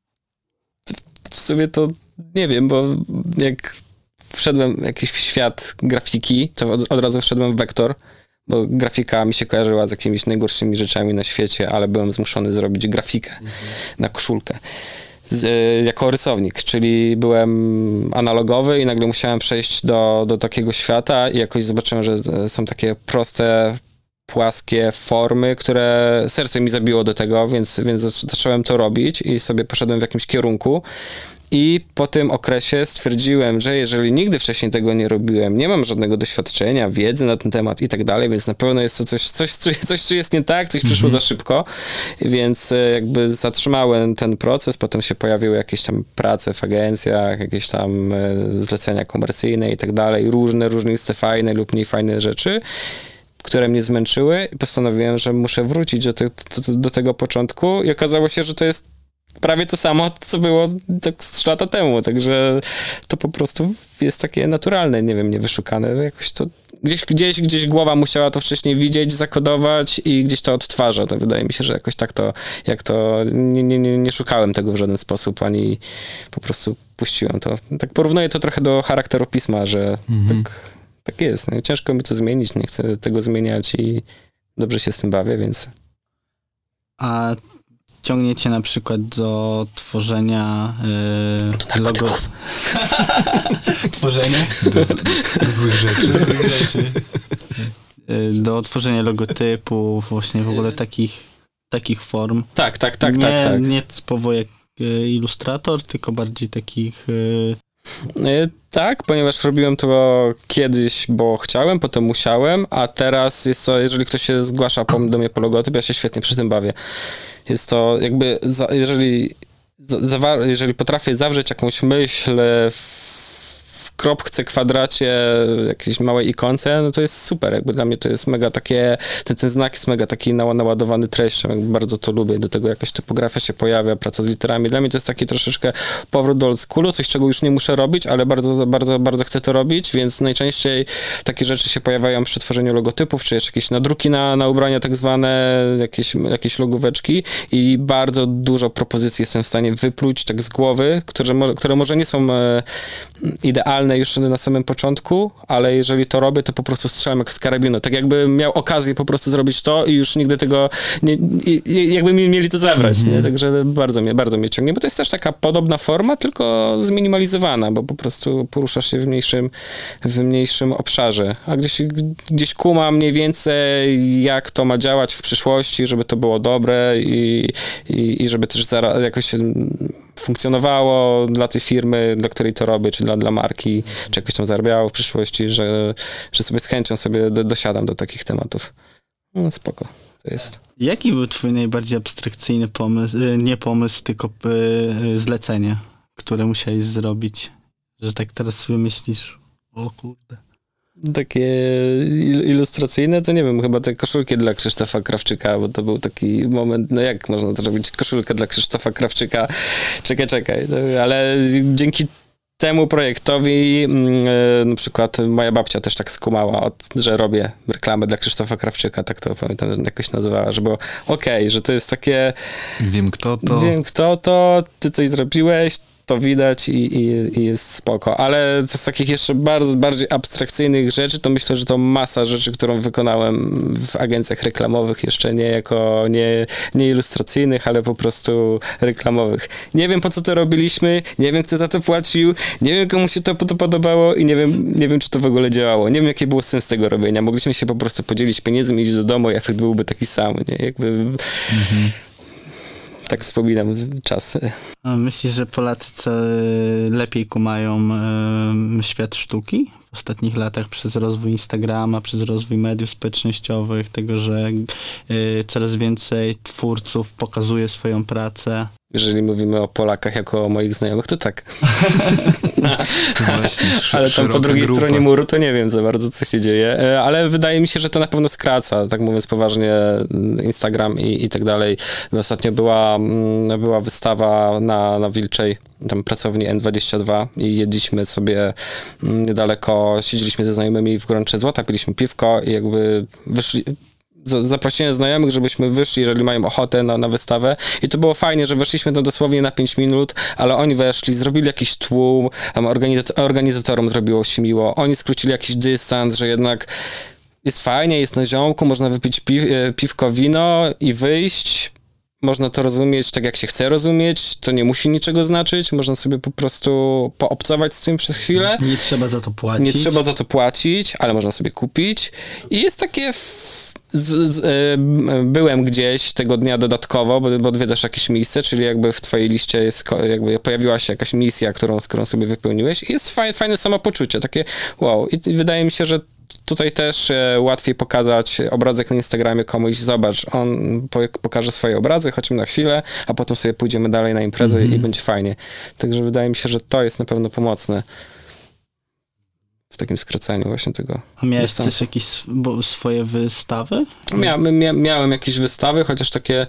W sumie to nie wiem, bo jak wszedłem jakiś w świat grafiki, to od, od razu wszedłem w wektor, bo grafika mi się kojarzyła z jakimiś najgorszymi rzeczami na świecie, ale byłem zmuszony zrobić grafikę mhm. na koszulkę. z, y, jako rysownik, czyli byłem analogowy i nagle musiałem przejść do, do takiego świata i jakoś zobaczyłem, że są takie proste, płaskie formy, które serce mi zabiło do tego, więc, więc zacząłem to robić i sobie poszedłem w jakimś kierunku. I po tym okresie stwierdziłem, że jeżeli nigdy wcześniej tego nie robiłem, nie mam żadnego doświadczenia, wiedzy na ten temat i tak dalej, więc na pewno jest to coś, coś, coś, coś czy jest nie tak, coś przyszło Mhm. za szybko, więc jakby zatrzymałem ten proces, potem się pojawiły jakieś tam prace w agencjach, jakieś tam zlecenia komercyjne i tak dalej, różne, różniste fajne lub mniej fajne rzeczy, które mnie zmęczyły i postanowiłem, że muszę wrócić do, te, do, do tego początku i okazało się, że to jest prawie to samo, co było tak z trzy lata temu, także to po prostu jest takie naturalne, nie wiem, niewyszukane, jakoś to gdzieś, gdzieś, gdzieś głowa musiała to wcześniej widzieć, zakodować i gdzieś to odtwarza, to wydaje mi się, że jakoś tak to, jak to, nie, nie, nie, nie szukałem tego w żaden sposób, ani po prostu puściłem to. Tak porównuję to trochę do charakteru pisma, że Mhm. tak, tak jest, no, ciężko mi to zmienić, nie chcę tego zmieniać i dobrze się z tym bawię, więc... A ciągniecie na przykład do tworzenia yy, logo... Tworzenie? Do, z- do złych rzeczy. Yy, do tworzenia logotypów, właśnie w ogóle takich, takich form. Tak, tak, tak, nie, tak, tak. Nie typowo jak yy, ilustrator, tylko bardziej takich... Yy, E, Tak, ponieważ robiłem to kiedyś, bo chciałem, potem musiałem, a teraz jest to, jeżeli ktoś się zgłasza po, do mnie po logotyp, ja się świetnie przy tym bawię. Jest to jakby, za, jeżeli, za, zawa- jeżeli potrafię zawrzeć jakąś myśl w, w kropce, kwadracie, jakiejś małej ikonce, no to jest super, jakby dla mnie to jest mega takie, ten, ten znak jest mega taki nała- naładowany treścią, jakby bardzo to lubię, do tego jakaś typografia się pojawia, praca z literami, dla mnie to jest taki troszeczkę powrót do oldschoolu, coś czego już nie muszę robić, ale bardzo, bardzo, bardzo chcę to robić, więc najczęściej takie rzeczy się pojawiają przy tworzeniu logotypów, czy jeszcze jakieś nadruki na, na ubrania tak zwane, jakieś, jakieś logóweczki i bardzo dużo propozycji jestem w stanie wypluć tak z głowy, które, mo- które może nie są e, idealne już na samym początku, ale jeżeli to robię, to po prostu strzelam jak z karabinu. Tak jakbym miał okazję po prostu zrobić to i już nigdy tego nie, i, i jakby mi mieli to zabrać, Mhm. nie? Także bardzo mnie, bardzo mnie ciągnie, bo to jest też taka podobna forma, tylko zminimalizowana, bo po prostu poruszasz się w mniejszym, w mniejszym obszarze. A gdzieś, gdzieś kumam mniej więcej, jak to ma działać w przyszłości, żeby to było dobre i, i, i żeby też zara- jakoś funkcjonowało dla tej firmy, dla której to robię, czy dla, dla marki, czy jakoś tam zarabiało w przyszłości, że, że sobie z chęcią sobie do, dosiadam do takich tematów. No spoko, to jest. Jaki był twój najbardziej abstrakcyjny pomysł, yy, nie pomysł, tylko yy, zlecenie, które musiałeś zrobić? Że tak teraz sobie myślisz, o kurde. Takie il- ilustracyjne, to nie wiem, chyba te koszulki dla Krzysztofa Krawczyka, bo to był taki moment, no jak można zrobić koszulkę dla Krzysztofa Krawczyka? Czekaj, czekaj, no, ale dzięki temu projektowi mm, e, na przykład moja babcia też tak skumała, od, że robię reklamę dla Krzysztofa Krawczyka, tak to pamiętam, jakoś nazywała, że było okej, okay, że to jest takie... Wiem kto to. Wiem kto to, ty coś zrobiłeś, to widać i, i, i jest spoko, ale z takich jeszcze bardzo, bardziej abstrakcyjnych rzeczy, to myślę, że to masa rzeczy, którą wykonałem w agencjach reklamowych, jeszcze nie jako, nie, nie ilustracyjnych, ale po prostu reklamowych. Nie wiem, po co to robiliśmy, nie wiem, kto za to płacił, nie wiem, komu się to, to podobało i nie wiem, nie wiem, czy to w ogóle działało. Nie wiem, jaki był sens tego robienia. Mogliśmy się po prostu podzielić pieniędzmi, iść do domu i efekt byłby taki sam, nie? Jakby... Mhm. Tak wspominam czas. A myślisz, że Polacy co lepiej kumają y, świat sztuki w ostatnich latach przez rozwój Instagrama, przez rozwój mediów społecznościowych, tego, że y, coraz więcej twórców pokazuje swoją pracę? Jeżeli mówimy o Polakach jako o moich znajomych, to tak. Właśnie, sz- ale tam po drugiej grupa. stronie muru to nie wiem za bardzo, co się dzieje. Ale wydaje mi się, że to na pewno skraca, tak mówiąc poważnie, Instagram i, i tak dalej. Ostatnio była, była wystawa na, na Wilczej, tam pracowni N dwadzieścia dwa i jedliśmy sobie niedaleko, siedzieliśmy ze znajomymi w Gorącze Złota, piliśmy piwko i jakby wyszli... Zaprosiłem znajomych, żebyśmy wyszli, jeżeli mają ochotę na, na wystawę i to było fajnie, że weszliśmy tam dosłownie na pięć minut, ale oni weszli, zrobili jakiś tłum, organizat- organizatorom zrobiło się miło, oni skrócili jakiś dystans, że jednak jest fajnie, jest na ziomku, można wypić piw- piwko, wino i wyjść, można to rozumieć tak, jak się chce rozumieć, to nie musi niczego znaczyć, można sobie po prostu poobcować z tym przez chwilę. Nie trzeba za to płacić. Nie trzeba za to płacić, ale można sobie kupić. I jest takie... F- z, z, y, byłem gdzieś tego dnia dodatkowo, bo, bo odwiedzasz jakieś miejsce, czyli jakby w twojej liście jest, jakby pojawiła się jakaś misja, którą, z którą sobie wypełniłeś i jest fajne, fajne samopoczucie, takie wow. I, i wydaje mi się, że tutaj też e, łatwiej pokazać obrazek na Instagramie komuś, zobacz, on po, pokaże swoje obrazy, chodźmy na chwilę, a potem sobie pójdziemy dalej na imprezę mm-hmm. i będzie fajnie. Także wydaje mi się, że to jest na pewno pomocne w takim skracaniu właśnie tego. A miałeś dystansu. też jakieś sw- swoje wystawy? Mia, mia, miałem jakieś wystawy, chociaż takie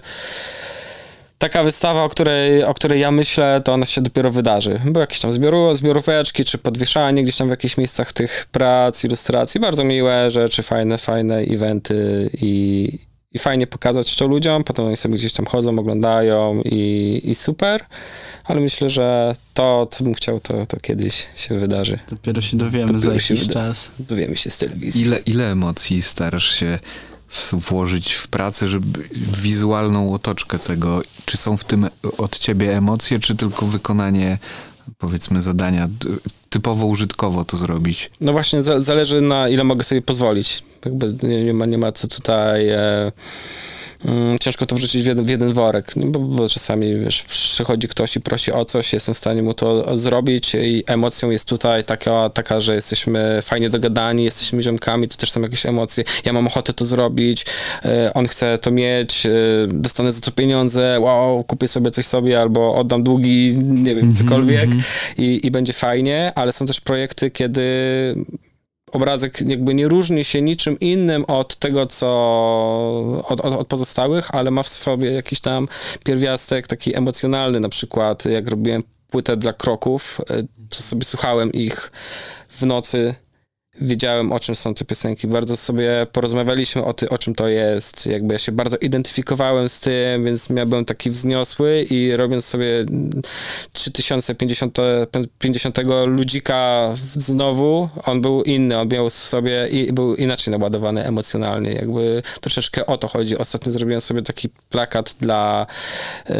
taka wystawa, o której, o której ja myślę, to ona się dopiero wydarzy. Były jakieś tam zbioru, zbioróweczki, czy podwieszanie gdzieś tam w jakichś miejscach tych prac, ilustracji. Bardzo miłe rzeczy, fajne, fajne eventy i, i fajnie pokazać to ludziom. Potem oni sobie gdzieś tam chodzą, oglądają i, i super. Ale myślę, że to, co bym chciał, to, to kiedyś się wydarzy. Dopiero się dowiemy Dopiero za się jakiś wyda- czas. Dowiemy się z telewizji. Ile, ile emocji starasz się w- włożyć w pracę, żeby w wizualną otoczkę tego? Czy są w tym od ciebie emocje, czy tylko wykonanie, powiedzmy, zadania d- typowo użytkowo to zrobić? No właśnie, za, zależy na ile mogę sobie pozwolić. Jakby nie, nie, ma, nie ma co tutaj... E, mm, ciężko to wrzucić w jeden, w jeden worek, no bo, bo czasami, wiesz, przychodzi ktoś i prosi o coś, jestem w stanie mu to zrobić i emocją jest tutaj taka, taka, że jesteśmy fajnie dogadani, jesteśmy ziomkami, to też są jakieś emocje. Ja mam ochotę to zrobić, e, on chce to mieć, e, dostanę za to pieniądze, wow, kupię sobie coś sobie albo oddam długi, nie wiem, cokolwiek i, i będzie fajnie, ale są też projekty, kiedy obrazek jakby nie różni się niczym innym od tego, co od, od, od pozostałych, ale ma w sobie jakiś tam pierwiastek taki emocjonalny, na przykład jak robiłem płytę dla Kroków, to sobie słuchałem ich w nocy, wiedziałem, o czym są te piosenki, bardzo sobie porozmawialiśmy o, ty, o czym to jest, jakby ja się bardzo identyfikowałem z tym, więc ja byłem taki wzniosły i robiąc sobie trzy tysiące pięćdziesiątego ludzika znowu, on był inny, on miał w sobie i był inaczej naładowany emocjonalnie, jakby troszeczkę o to chodzi. Ostatnio zrobiłem sobie taki plakat dla yy,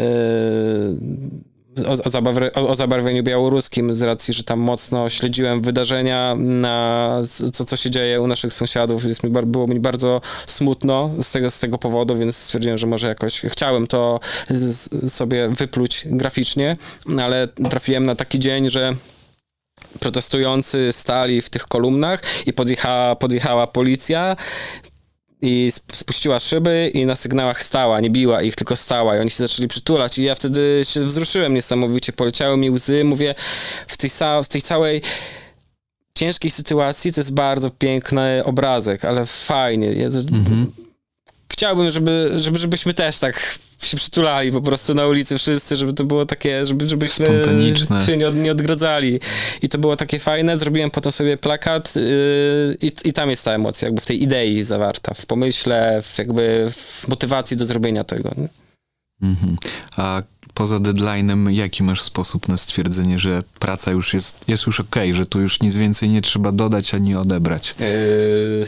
O, o, zabarw- o, o zabarwieniu białoruskim z racji, że tam mocno śledziłem wydarzenia, na co, co się dzieje u naszych sąsiadów. Jest mi, było mi bardzo smutno z tego, z tego powodu, więc stwierdziłem, że może jakoś chciałem to z, sobie wypluć graficznie, ale trafiłem na taki dzień, że protestujący stali w tych kolumnach i podjechała, podjechała policja i spuściła szyby i na sygnałach stała, nie biła ich, tylko stała i oni się zaczęli przytulać i ja wtedy się wzruszyłem niesamowicie, poleciały mi łzy, mówię, w tej, sa- w tej całej ciężkiej sytuacji to jest bardzo piękny obrazek, ale fajnie. Ja, mhm. Chciałbym, żeby, żeby, żebyśmy też tak się przytulali po prostu na ulicy wszyscy, żeby to było takie, żeby, żebyśmy się nie, od, nie odgradzali. I to było takie fajne. Zrobiłem potem sobie plakat yy, i, i tam jest ta emocja, jakby w tej idei zawarta, w pomyśle, w jakby w motywacji do zrobienia tego. Mhm. A poza deadline'em, jaki masz sposób na stwierdzenie, że praca już jest, jest już okej, okay, że tu już nic więcej nie trzeba dodać ani odebrać? Yy...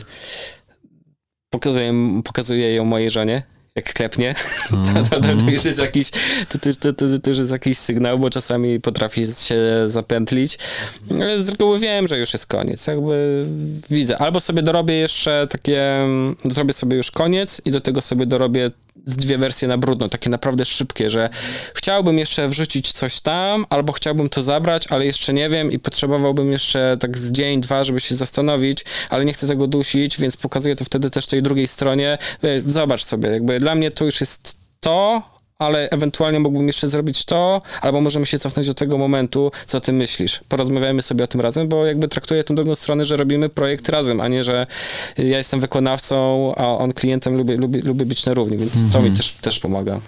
Pokazuję, pokazuję ją mojej żonie, jak klepnie. Mm. to, to, to, to, już jest jakiś, to, to, to, to już jest jakiś sygnał, bo czasami potrafi się zapętlić. Ale z reguły wiem, że już jest koniec. Jakby widzę. Albo sobie dorobię jeszcze takie, zrobię sobie już koniec i do tego sobie dorobię z dwie wersje na brudno, takie naprawdę szybkie, że chciałbym jeszcze wrzucić coś tam, albo chciałbym to zabrać, ale jeszcze nie wiem i potrzebowałbym jeszcze tak z dzień, dwa, żeby się zastanowić, ale nie chcę tego dusić, więc pokazuję to wtedy też tej drugiej stronie. Zobacz sobie, jakby dla mnie to już jest to, ale ewentualnie mógłbym jeszcze zrobić to, albo możemy się cofnąć do tego momentu, co ty myślisz. Porozmawiajmy sobie o tym razem, bo jakby traktuję tę drugą stronę, że robimy projekt razem, a nie, że ja jestem wykonawcą, a on klientem, lubię, lubię, lubię być na równi, więc mm-hmm. to mi też, też pomaga.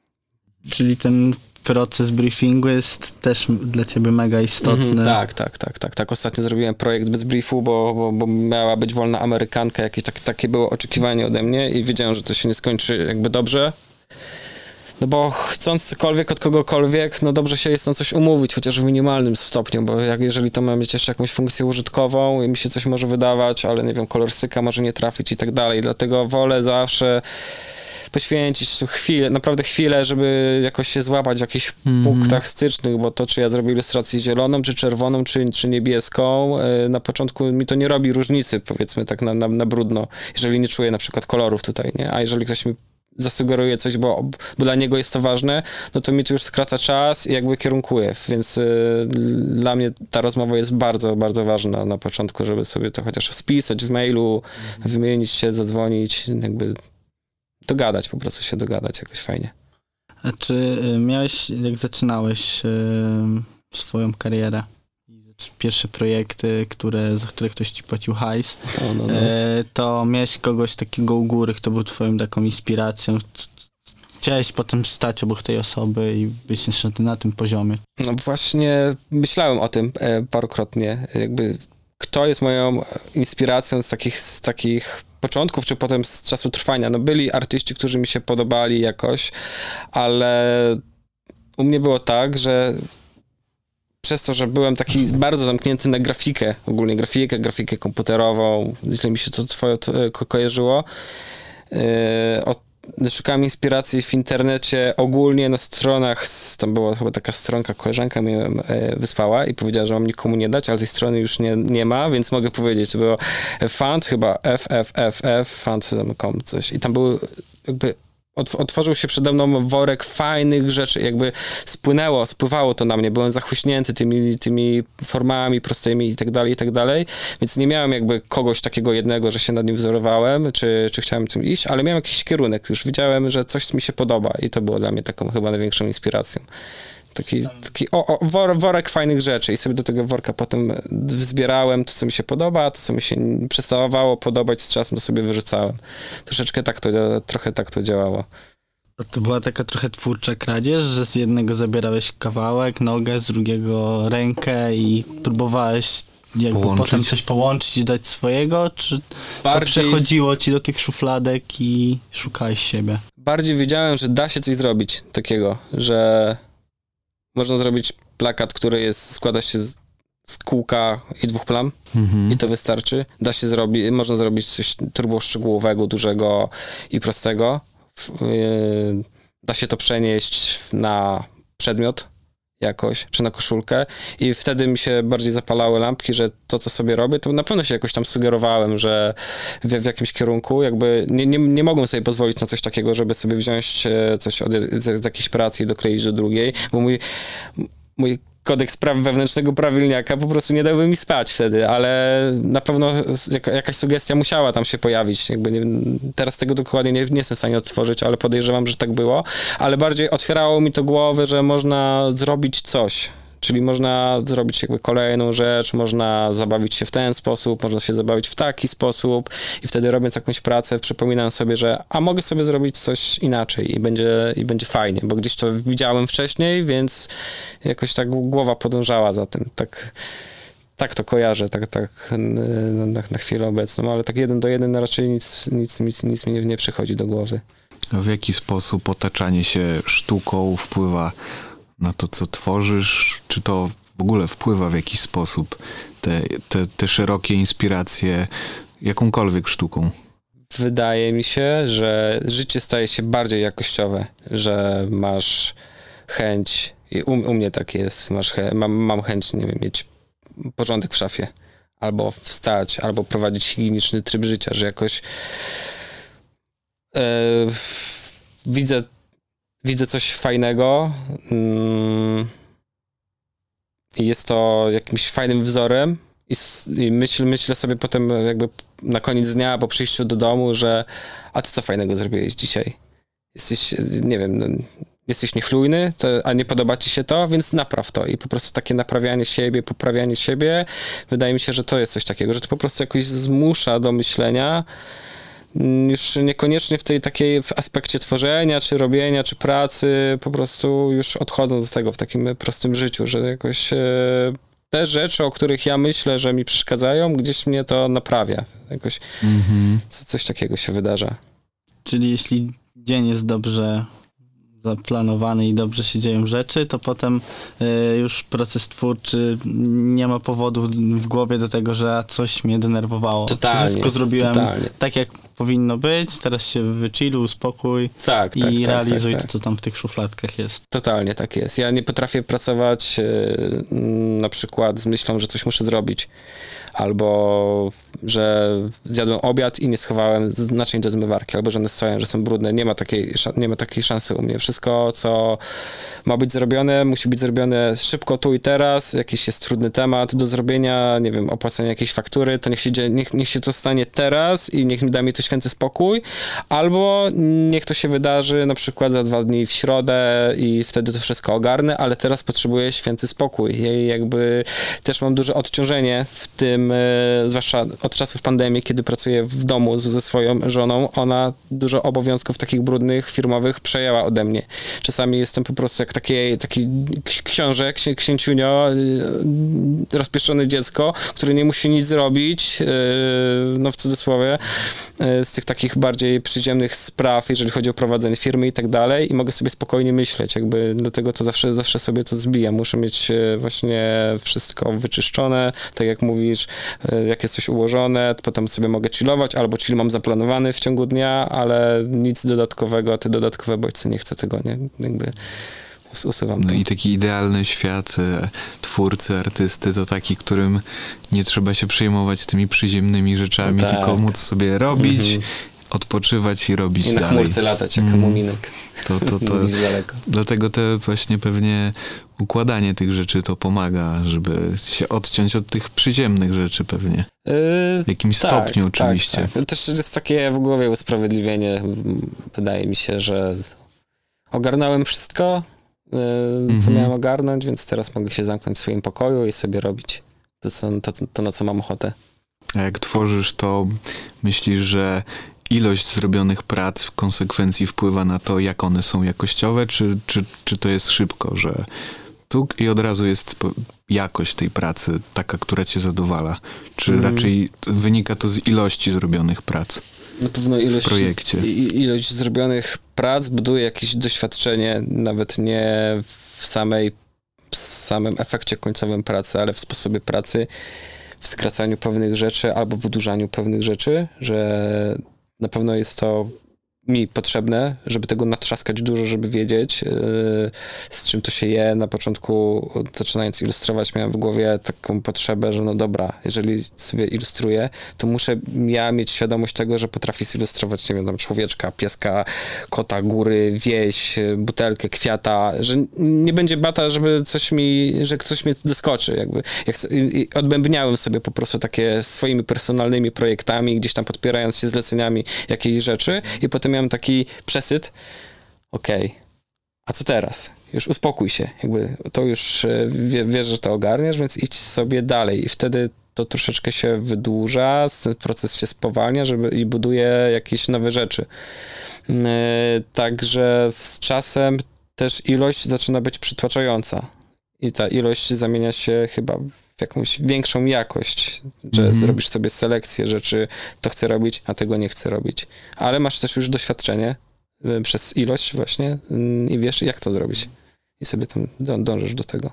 Czyli ten proces briefingu jest też dla ciebie mega istotny. Mm-hmm, tak, tak, tak, tak, tak. Ostatnio zrobiłem projekt bez briefu, bo, bo, bo miała być wolna Amerykanka, jakieś tak, takie było oczekiwanie ode mnie i wiedziałem, że to się nie skończy jakby dobrze. No bo chcąc cokolwiek od kogokolwiek, no dobrze się jest na coś umówić, chociaż w minimalnym stopniu, bo jak, jeżeli to ma mieć jeszcze jakąś funkcję użytkową i mi się coś może wydawać, ale nie wiem, kolorystyka może nie trafić i tak dalej, dlatego wolę zawsze poświęcić tu chwilę, naprawdę chwilę, żeby jakoś się złapać w jakichś mm-hmm. punktach stycznych, bo to, czy ja zrobię ilustrację zieloną, czy czerwoną, czy, czy niebieską, na początku mi to nie robi różnicy, powiedzmy tak na, na, na brudno, jeżeli nie czuję na przykład kolorów tutaj, nie? A jeżeli ktoś mi zasugeruje coś, bo, bo dla niego jest to ważne, no to mi to już skraca czas i jakby kierunkuje, więc y, dla mnie ta rozmowa jest bardzo, bardzo ważna na początku, żeby sobie to chociaż spisać w mailu, mm-hmm. wymienić się, zadzwonić, jakby dogadać, po prostu się dogadać jakoś fajnie. A czy miałeś, jak zaczynałeś y, swoją karierę, pierwsze projekty, które, za które ktoś ci płacił hajs, no, no, no. Y, to miałeś kogoś takiego u góry, kto był twoją taką inspiracją? Chciałeś potem stać obok tej osoby i być niestety na tym poziomie? No właśnie myślałem o tym e, parokrotnie, jakby kto jest moją inspiracją z takich, z takich początków, czy potem z czasu trwania. No byli artyści, którzy mi się podobali jakoś, ale u mnie było tak, że przez to, że byłem taki bardzo zamknięty na grafikę, ogólnie grafikę, grafikę komputerową, źle mi się to twoje to, ko- kojarzyło, yy, od szukałem inspiracji w internecie, ogólnie na stronach, tam była chyba taka stronka, koleżanka mi e, wysłała i powiedziała, że mam nikomu nie dać, ale tej strony już nie, nie ma, więc mogę powiedzieć, to było fund, chyba f f f f fund kropka com coś i tam były jakby otworzył się przede mną worek fajnych rzeczy, jakby spłynęło, spływało to na mnie, byłem zachłyśnięty tymi, tymi formami prostymi i tak dalej, i tak dalej, więc nie miałem jakby kogoś takiego jednego, że się nad nim wzorowałem, czy, czy chciałem tym iść, ale miałem jakiś kierunek, już widziałem, że coś mi się podoba i to było dla mnie taką chyba największą inspiracją. Taki, taki o, o, wor, worek fajnych rzeczy i sobie do tego worka potem zbierałem to, co mi się podoba, a to, co mi się przestawało podobać z czasem, to sobie wyrzucałem. Troszeczkę tak to, trochę tak to działało. To była taka trochę twórcza kradzież, że z jednego zabierałeś kawałek, nogę, z drugiego rękę i próbowałeś jakby połączyć. Potem coś połączyć i dać swojego, czy bardziej to przechodziło ci do tych szufladek i szukałeś siebie? Bardziej wiedziałem, że da się coś zrobić takiego, że można zrobić plakat, który jest, składa się z, z kółka i dwóch plam mhm. i to wystarczy. Da się zrobić, można zrobić coś turbo szczegółowego, dużego i prostego. Yy, da się to przenieść na przedmiot jakoś, czy na koszulkę i wtedy mi się bardziej zapalały lampki, że to, co sobie robię, to na pewno się jakoś tam sugerowałem, że w, w jakimś kierunku jakby nie, nie, nie mogłem sobie pozwolić na coś takiego, żeby sobie wziąć coś od, z, z jakiejś pracy i dokleić do drugiej, bo mój, mój kodeks praw wewnętrznego prawilniaka po prostu nie dałby mi spać wtedy, ale na pewno jaka, jakaś sugestia musiała tam się pojawić. Jakby nie, teraz tego dokładnie nie, nie jestem w stanie odtworzyć, ale podejrzewam, że tak było. Ale bardziej otwierało mi to głowę, że można zrobić coś. Czyli można zrobić jakby kolejną rzecz, można zabawić się w ten sposób, można się zabawić w taki sposób i wtedy robiąc jakąś pracę przypominam sobie, że a mogę sobie zrobić coś inaczej i będzie, i będzie fajnie, bo gdzieś to widziałem wcześniej, więc jakoś tak głowa podążała za tym. Tak, tak to kojarzę, tak, tak na, na chwilę obecną, ale tak jeden do jeden raczej nic, nic, nic, nic mi nie, nie przychodzi do głowy. W jaki sposób otaczanie się sztuką wpływa na to, co tworzysz? Czy to w ogóle wpływa w jakiś sposób te, te, te szerokie inspiracje jakąkolwiek sztuką? Wydaje mi się, że życie staje się bardziej jakościowe, że masz chęć, i u, u mnie tak jest, masz chę, mam, mam chęć, nie wiem, mieć porządek w szafie, albo wstać, albo prowadzić higieniczny tryb życia, że jakoś yy, widzę Widzę coś fajnego mm, i jest to jakimś fajnym wzorem i, i myśl, myślę sobie potem jakby na koniec dnia po przyjściu do domu, że a ty co fajnego zrobiłeś dzisiaj? Jesteś, nie wiem, no, jesteś niechlujny, to, a nie podoba ci się to, więc napraw to. I po prostu takie naprawianie siebie, poprawianie siebie, wydaje mi się, że to jest coś takiego, że to po prostu jakoś zmusza do myślenia, już niekoniecznie w tej takiej w aspekcie tworzenia, czy robienia, czy pracy, po prostu już odchodząc z tego w takim prostym życiu, że jakoś e, te rzeczy, o których ja myślę, że mi przeszkadzają, gdzieś mnie to naprawia. Jakoś mm-hmm. coś takiego się wydarza. Czyli jeśli dzień jest dobrze zaplanowany i dobrze się dzieją rzeczy, to potem y, już proces twórczy nie ma powodów w głowie do tego, że coś mnie denerwowało. Totalnie, Wszystko zrobiłem totalnie. tak, jak powinno być, teraz się wychilluj, uspokój Tak, i tak, tak, realizuj tak, tak. to, co tam w tych szufladkach jest. Totalnie tak jest. Ja nie potrafię pracować yy, na przykład z myślą, że coś muszę zrobić. Albo że zjadłem obiad i nie schowałem naczyń do zmywarki, albo że one stoją, że są brudne. Nie ma takiej, nie ma takiej szansy u mnie. Wszystko, co ma być zrobione, musi być zrobione szybko, tu i teraz. Jakiś jest trudny temat do zrobienia, nie wiem, opłacenia jakiejś faktury, to niech się, dzieje, niech, niech się to stanie teraz i niech mi da mi to święty spokój. Albo niech to się wydarzy na przykład za dwa dni w środę i wtedy to wszystko ogarnę, ale teraz potrzebuję święty spokój. Ja jakby też mam duże odciążenie w tym, zwłaszcza od czasów pandemii, kiedy pracuję w domu ze swoją żoną, ona dużo obowiązków takich brudnych, firmowych przejęła ode mnie. Czasami jestem po prostu jak takie, taki książę, księ, księciunio, rozpieszczone dziecko, które nie musi nic zrobić, no w cudzysłowie, z tych takich bardziej przyziemnych spraw, jeżeli chodzi o prowadzenie firmy i tak dalej, i mogę sobie spokojnie myśleć, jakby dlatego to zawsze, zawsze sobie to zbijam. Muszę mieć właśnie wszystko wyczyszczone, tak jak mówisz, jak jest coś ułożone, to potem sobie mogę chillować, albo chill mam zaplanowany w ciągu dnia, ale nic dodatkowego, te dodatkowe bodźce, nie chcę tego, nie? Jakby us- usuwam No to. i taki idealny świat e, twórcy, artysty to taki, którym nie trzeba się przejmować tymi przyziemnymi rzeczami, No tak. tylko móc sobie robić, Mhm. odpoczywać i robić I na dalej. chmurce latać, jak Mm. muminek. To, to, to, Gdzieś daleko. dlatego te właśnie pewnie układanie tych rzeczy to pomaga, żeby się odciąć od tych przyziemnych rzeczy pewnie. Yy, W jakimś tak, stopniu tak, oczywiście. Tak. Też jest takie w głowie usprawiedliwienie. Wydaje mi się, że ogarnąłem wszystko, yy, co Mhm. miałem ogarnąć, więc teraz mogę się zamknąć w swoim pokoju i sobie robić to, co, to, to na co mam ochotę. A jak tworzysz, to myślisz, że ilość zrobionych prac w konsekwencji wpływa na to, jak one są jakościowe, czy, czy, czy to jest szybko, że tu i od razu jest po- jakość tej pracy taka, która cię zadowala? Czy Mm. raczej wynika to z ilości zrobionych prac? Na pewno ilość, W projekcie. i- ilość zrobionych prac buduje jakieś doświadczenie, nawet nie w samej, w samym efekcie końcowym pracy, ale w sposobie pracy, w skracaniu pewnych rzeczy albo w wydłużaniu pewnych rzeczy, że na pewno jest to mi potrzebne, żeby tego natrzaskać dużo, żeby wiedzieć, yy, z czym to się je. Na początku, zaczynając ilustrować, miałem w głowie taką potrzebę, że no dobra, jeżeli sobie ilustruję, to muszę ja mieć świadomość tego, że potrafię zilustrować, nie wiem, tam człowieczka, pieska, kota, góry, wieś, butelkę, kwiata, że nie będzie bata, żeby coś mi, że coś mnie zaskoczy, jakby. Ja chcę, i, i odbębniałem sobie po prostu takie swoimi personalnymi projektami, gdzieś tam podpierając się zleceniami jakiejś rzeczy i potem miałem taki przesyt, okej, okay, a co teraz? Już uspokój się, jakby to już wie, wiesz, że to ogarniesz, więc idź sobie dalej i wtedy to troszeczkę się wydłuża, ten proces się spowalnia, żeby i buduje jakieś nowe rzeczy. Yy, także z czasem też ilość zaczyna być przytłaczająca i ta ilość zamienia się chyba w jakąś większą jakość, że Mhm. zrobisz sobie selekcję rzeczy, to chcę robić, a tego nie chcę robić. Ale masz też już doświadczenie y, przez ilość właśnie y, i wiesz, jak to zrobić. I sobie tam dą- dążysz do tego.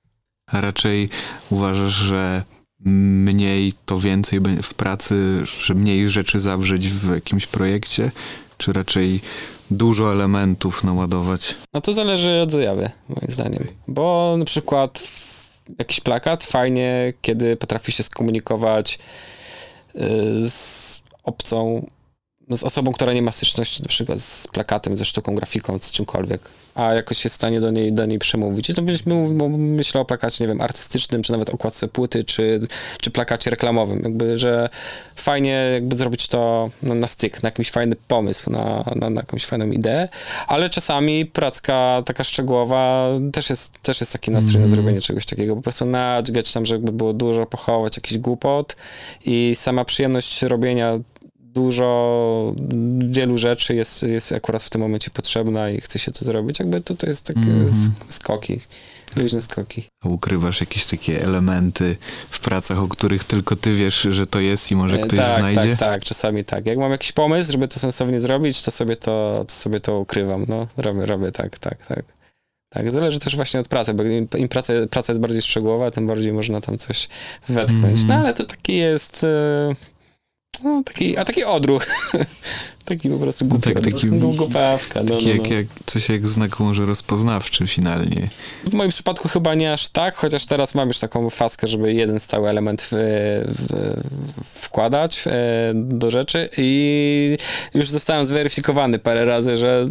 A raczej uważasz, że mniej to więcej be- w pracy, że mniej rzeczy zawrzeć w jakimś projekcie, czy raczej dużo elementów naładować? No to zależy od zajawy, moim zdaniem. Bo na przykład w- jakiś plakat fajnie, kiedy potrafi się skomunikować y, z obcą, no z osobą, która nie ma styczności na przykład z plakatem, ze sztuką, grafiką, z czymkolwiek, a jakoś jest w stanie do niej, do niej przemówić. I to byśmy, myślę o plakacie, nie wiem, artystycznym, czy nawet okładce płyty, czy, czy plakacie reklamowym. Jakby, że fajnie jakby zrobić to na, na styk, na jakiś fajny pomysł, na, na, na jakąś fajną ideę, ale czasami pracka taka szczegółowa też jest, też jest taki nastrój Mm. na zrobienie czegoś takiego. Po prostu nadźgać tam, żeby było dużo, pochować jakiś głupot i sama przyjemność robienia dużo, wielu rzeczy jest, jest akurat w tym momencie potrzebna i chce się to zrobić. Jakby to, to jest takie Mhm. skoki, luźne skoki. Ukrywasz jakieś takie elementy w pracach, o których tylko ty wiesz, że to jest i może E, ktoś tak, znajdzie? Tak, tak, czasami tak. Jak mam jakiś pomysł, żeby to sensownie zrobić, to sobie to, to, sobie to ukrywam. No, robię, robię tak, tak, tak. Tak, zależy też właśnie od pracy, bo im, im praca, praca jest bardziej szczegółowa, tym bardziej można tam coś wetknąć. Mhm. No ale to taki jest... E, no, taki, a taki odruch. Taki po prostu głupia, tak, taki- głupawka. No, Taki no, jak, no. jak, coś jak znak może rozpoznawczy finalnie. W moim przypadku chyba nie aż tak, chociaż teraz mam już taką faskę, żeby jeden stały element w, w, wkładać e, do rzeczy i już zostałem zweryfikowany parę razy, że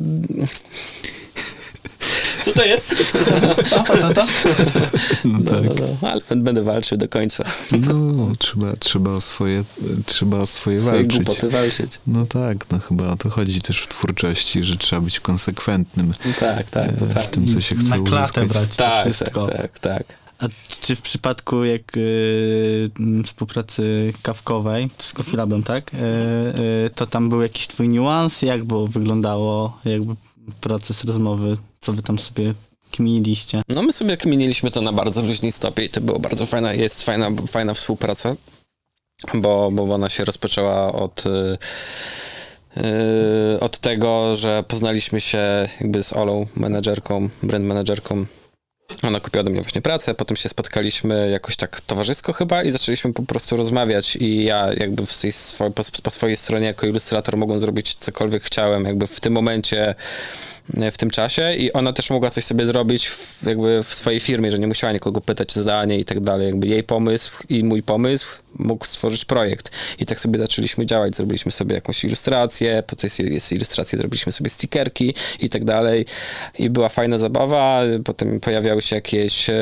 co to jest? A po co to? No No, tak. no, no, ale będę walczył do końca. No, trzeba, trzeba o swoje, trzeba o swoje Swoje walczyć. głupoty walczyć. No tak, no chyba o to chodzi też w twórczości, że trzeba być konsekwentnym Tak, tak, to e, tak. w tym, co się chce Na klatę uzyskać. brać to Tak, wszystko. tak, tak, tak. A czy w przypadku jak y, m, współpracy kawkowej z Coffee Labem, tak? Y, y, to tam był jakiś twój niuans? Jak było, wyglądało jakby proces rozmowy? Co wy tam sobie kminiliście? No my sobie kminiliśmy to na bardzo luźnej stopie i to było bardzo fajna, jest fajna, fajna współpraca, bo, bo ona się rozpoczęła od, yy, od tego, że poznaliśmy się jakby z Olą, menadżerką, brand menadżerką. Ona kupiła do mnie właśnie pracę, potem się spotkaliśmy jakoś tak towarzysko chyba i zaczęliśmy po prostu rozmawiać i ja jakby w tej swo- po, po swojej stronie jako ilustrator mogłem zrobić cokolwiek chciałem jakby w tym momencie, w tym czasie i ona też mogła coś sobie zrobić w, jakby w swojej firmie, że nie musiała nikogo pytać o zdanie i tak dalej. Jakby jej pomysł i mój pomysł mógł stworzyć projekt. I tak sobie zaczęliśmy działać. Zrobiliśmy sobie jakąś ilustrację, po tej jest ilustracji zrobiliśmy sobie stickerki i tak dalej. I była fajna zabawa. Potem pojawiały się jakieś, e,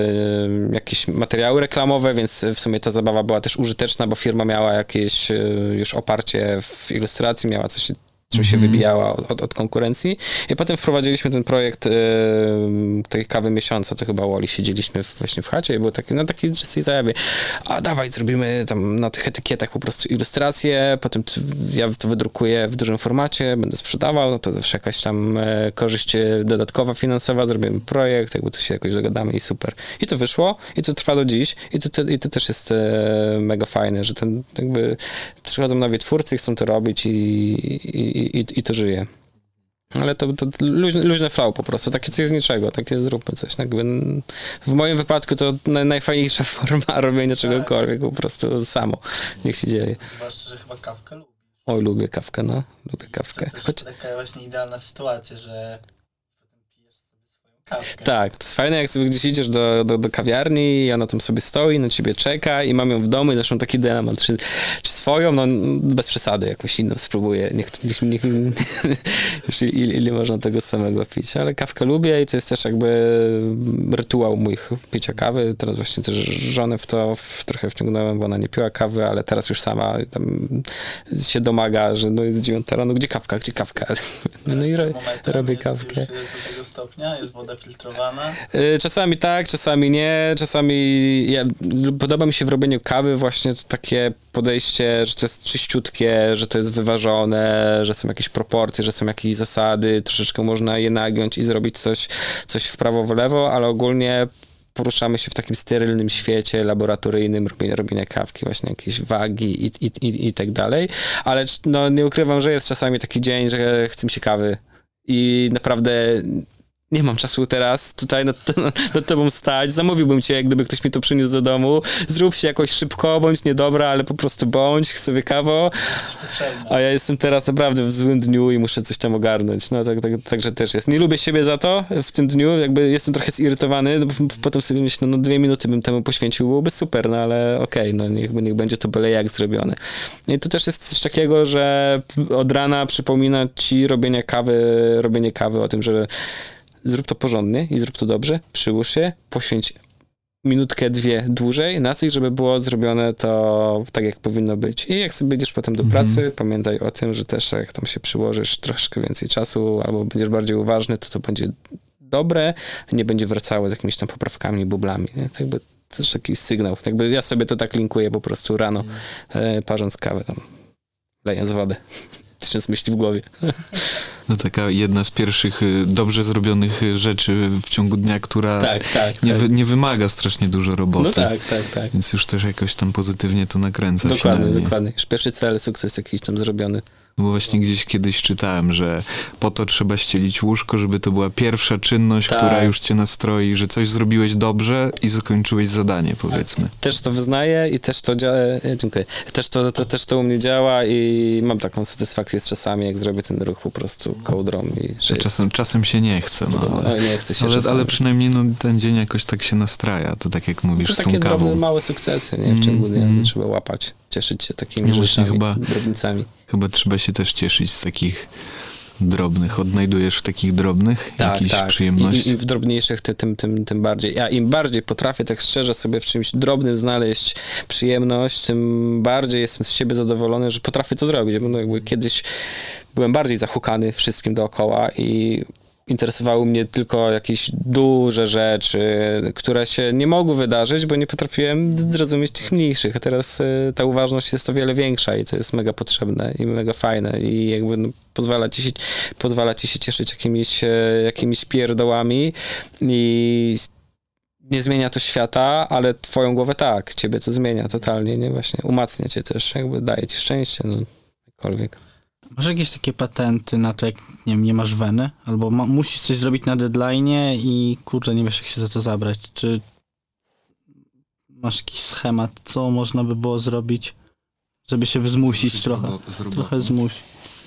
jakieś materiały reklamowe, więc w sumie ta zabawa była też użyteczna, bo firma miała jakieś e, już oparcie w ilustracji, miała coś czym się wybijała od, od, od konkurencji. I potem wprowadziliśmy ten projekt y, tej kawy miesiąca, to chyba u Oli siedzieliśmy w, właśnie w chacie i było takie, na takiej czystej zajawie. A dawaj, zrobimy tam na tych etykietach po prostu ilustracje, potem t, ja to wydrukuję w dużym formacie, będę sprzedawał, no to zawsze jakaś tam e, korzyść dodatkowa finansowa, zrobimy projekt, jakby tu się jakoś dogadamy i super. I to wyszło i to trwa do dziś i to, to, i to też jest e, mega fajne, że ten jakby przychodzą nowi twórcy, chcą to robić i, i I, i to żyje. Ale to, to luźne, luźne flow po prostu, takie coś z niczego, takie zróbmy coś. Jakby w moim wypadku to na, najfajniejsza forma robienia czegokolwiek, po prostu samo. Niech się dzieje. Zwłaszcza, że chyba kawkę lubisz. Oj, lubię kawkę, no. Lubię kawkę. To Choć, taka właśnie idealna sytuacja, że potem pijesz sobie swoją kawkę. tak, to jest fajne, jak sobie gdzieś idziesz do, do, do kawiarni i ona tam sobie stoi, na ciebie czeka i mam ją w domu i zresztą taki dylemat, czy, czy swoją, no bez przesady, jakąś inną spróbuję. Niech, niech, niech, już ile, ile można tego samego pić, ale kawkę lubię i to jest też jakby rytuał mój picia kawy. Teraz właśnie też żonę w to w, trochę wciągnąłem, bo ona nie piła kawy, ale teraz już sama tam się domaga, że no jest dziewiąta rano, gdzie kawka, gdzie kawka? No i ro, robię kawkę. Już do tego stopnia, jest woda filtrowana. Czasami tak, czasami nie, czasami ja, podoba mi się w robieniu kawy właśnie to takie podejście, że to jest czyściutkie, że to jest wyważone, że są jakieś proporcje, że są jakieś zasady, troszeczkę można je nagiąć i zrobić coś, coś w prawo, w lewo, ale ogólnie poruszamy się w takim sterylnym świecie laboratoryjnym robienia, robienia kawki, właśnie jakieś wagi i, i, i, i tak dalej, ale no, nie ukrywam, że jest czasami taki dzień, że chce mi się kawy i naprawdę nie mam czasu teraz tutaj nad, nad tobą stać, zamówiłbym cię, jak gdyby ktoś mi to przyniósł do domu, zrób się jakoś szybko, bądź niedobra, ale po prostu bądź, chcę sobie kawo, a ja jestem teraz naprawdę w złym dniu i muszę coś tam ogarnąć, no tak, tak, także też jest. Nie lubię siebie za to w tym dniu, jakby jestem trochę zirytowany, no, bo potem sobie myślę, no dwie minuty bym temu poświęcił, byłoby super, no ale okej, okay, no niech, niech będzie to byle jak zrobione. I to też jest coś takiego, że od rana przypomina ci robienie kawy, robienie kawy o tym, że zrób to porządnie i zrób to dobrze, przyłóż się, poświęć minutkę, dwie dłużej na coś, żeby było zrobione to tak, jak powinno być. I jak sobie idziesz potem do mm-hmm. pracy, pamiętaj o tym, że też jak tam się przyłożysz troszkę więcej czasu albo będziesz bardziej uważny, to to będzie dobre, nie będzie wracało z jakimiś tam poprawkami, bublami. Nie? Tak jakby to też taki sygnał. Jakby ja sobie to tak linkuję po prostu rano, mm. e, parząc kawę tam. lejąc wodę. Tysiąc myśli w głowie. No taka jedna z pierwszych y, dobrze zrobionych y, rzeczy w ciągu dnia, która Tak, tak. nie, tak. wy, nie wymaga strasznie dużo roboty. No tak, tak, tak. Więc już też jakoś tam pozytywnie to nakręca Dokładnie, finalnie. dokładnie. Już pierwszy cel, sukces jakiś tam zrobiony. No bo właśnie gdzieś kiedyś czytałem, że po to trzeba ścielić łóżko, żeby to była pierwsza czynność, Tak. która już cię nastroi, że coś zrobiłeś dobrze i zakończyłeś zadanie, powiedzmy. Też to wyznaję i też to działa, e, dziękuję, też to, to, też to u mnie działa i mam taką satysfakcję z czasami, jak zrobię ten ruch po prostu kołdrą i że Że czasem, czasem się nie chce, no, jest, ale, o, nie chce się ale, czasami. ale przynajmniej no, ten dzień jakoś tak się nastraja, to tak jak mówisz To z takie tą drobne, kawą. małe sukcesy, nie? W ciągu dnia Mm. trzeba łapać, cieszyć się takimi No właśnie rzeczami, chyba- drobnicami. Chyba trzeba się też cieszyć z takich drobnych. Odnajdujesz w takich drobnych Tak, jakieś tak. przyjemności? I, Im w drobniejszych, ty, tym, tym, tym bardziej. Ja im bardziej potrafię tak szczerze sobie w czymś drobnym znaleźć przyjemność, tym bardziej jestem z siebie zadowolony, że potrafię to zrobić. Bo no jakby kiedyś byłem bardziej zahukany wszystkim dookoła i interesowały mnie tylko jakieś duże rzeczy, które się nie mogły wydarzyć, bo nie potrafiłem zrozumieć tych mniejszych. A teraz y, ta uważność jest o wiele większa i to jest mega potrzebne i mega fajne i jakby no, pozwala ci się, pozwala ci się cieszyć jakimiś, e, jakimiś pierdołami i nie zmienia to świata, ale twoją głowę tak, ciebie to zmienia totalnie, nie? Właśnie umacnia cię też, jakby daje ci szczęście, no, jakkolwiek. Masz jakieś takie patenty na to, jak nie, wiem, nie masz weny? Albo ma, musisz coś zrobić na deadline'ie i kurczę, nie wiesz, jak się za to zabrać. Czy masz jakiś schemat, co można by było zrobić, żeby się zmusić trochę? Trochę zmusić.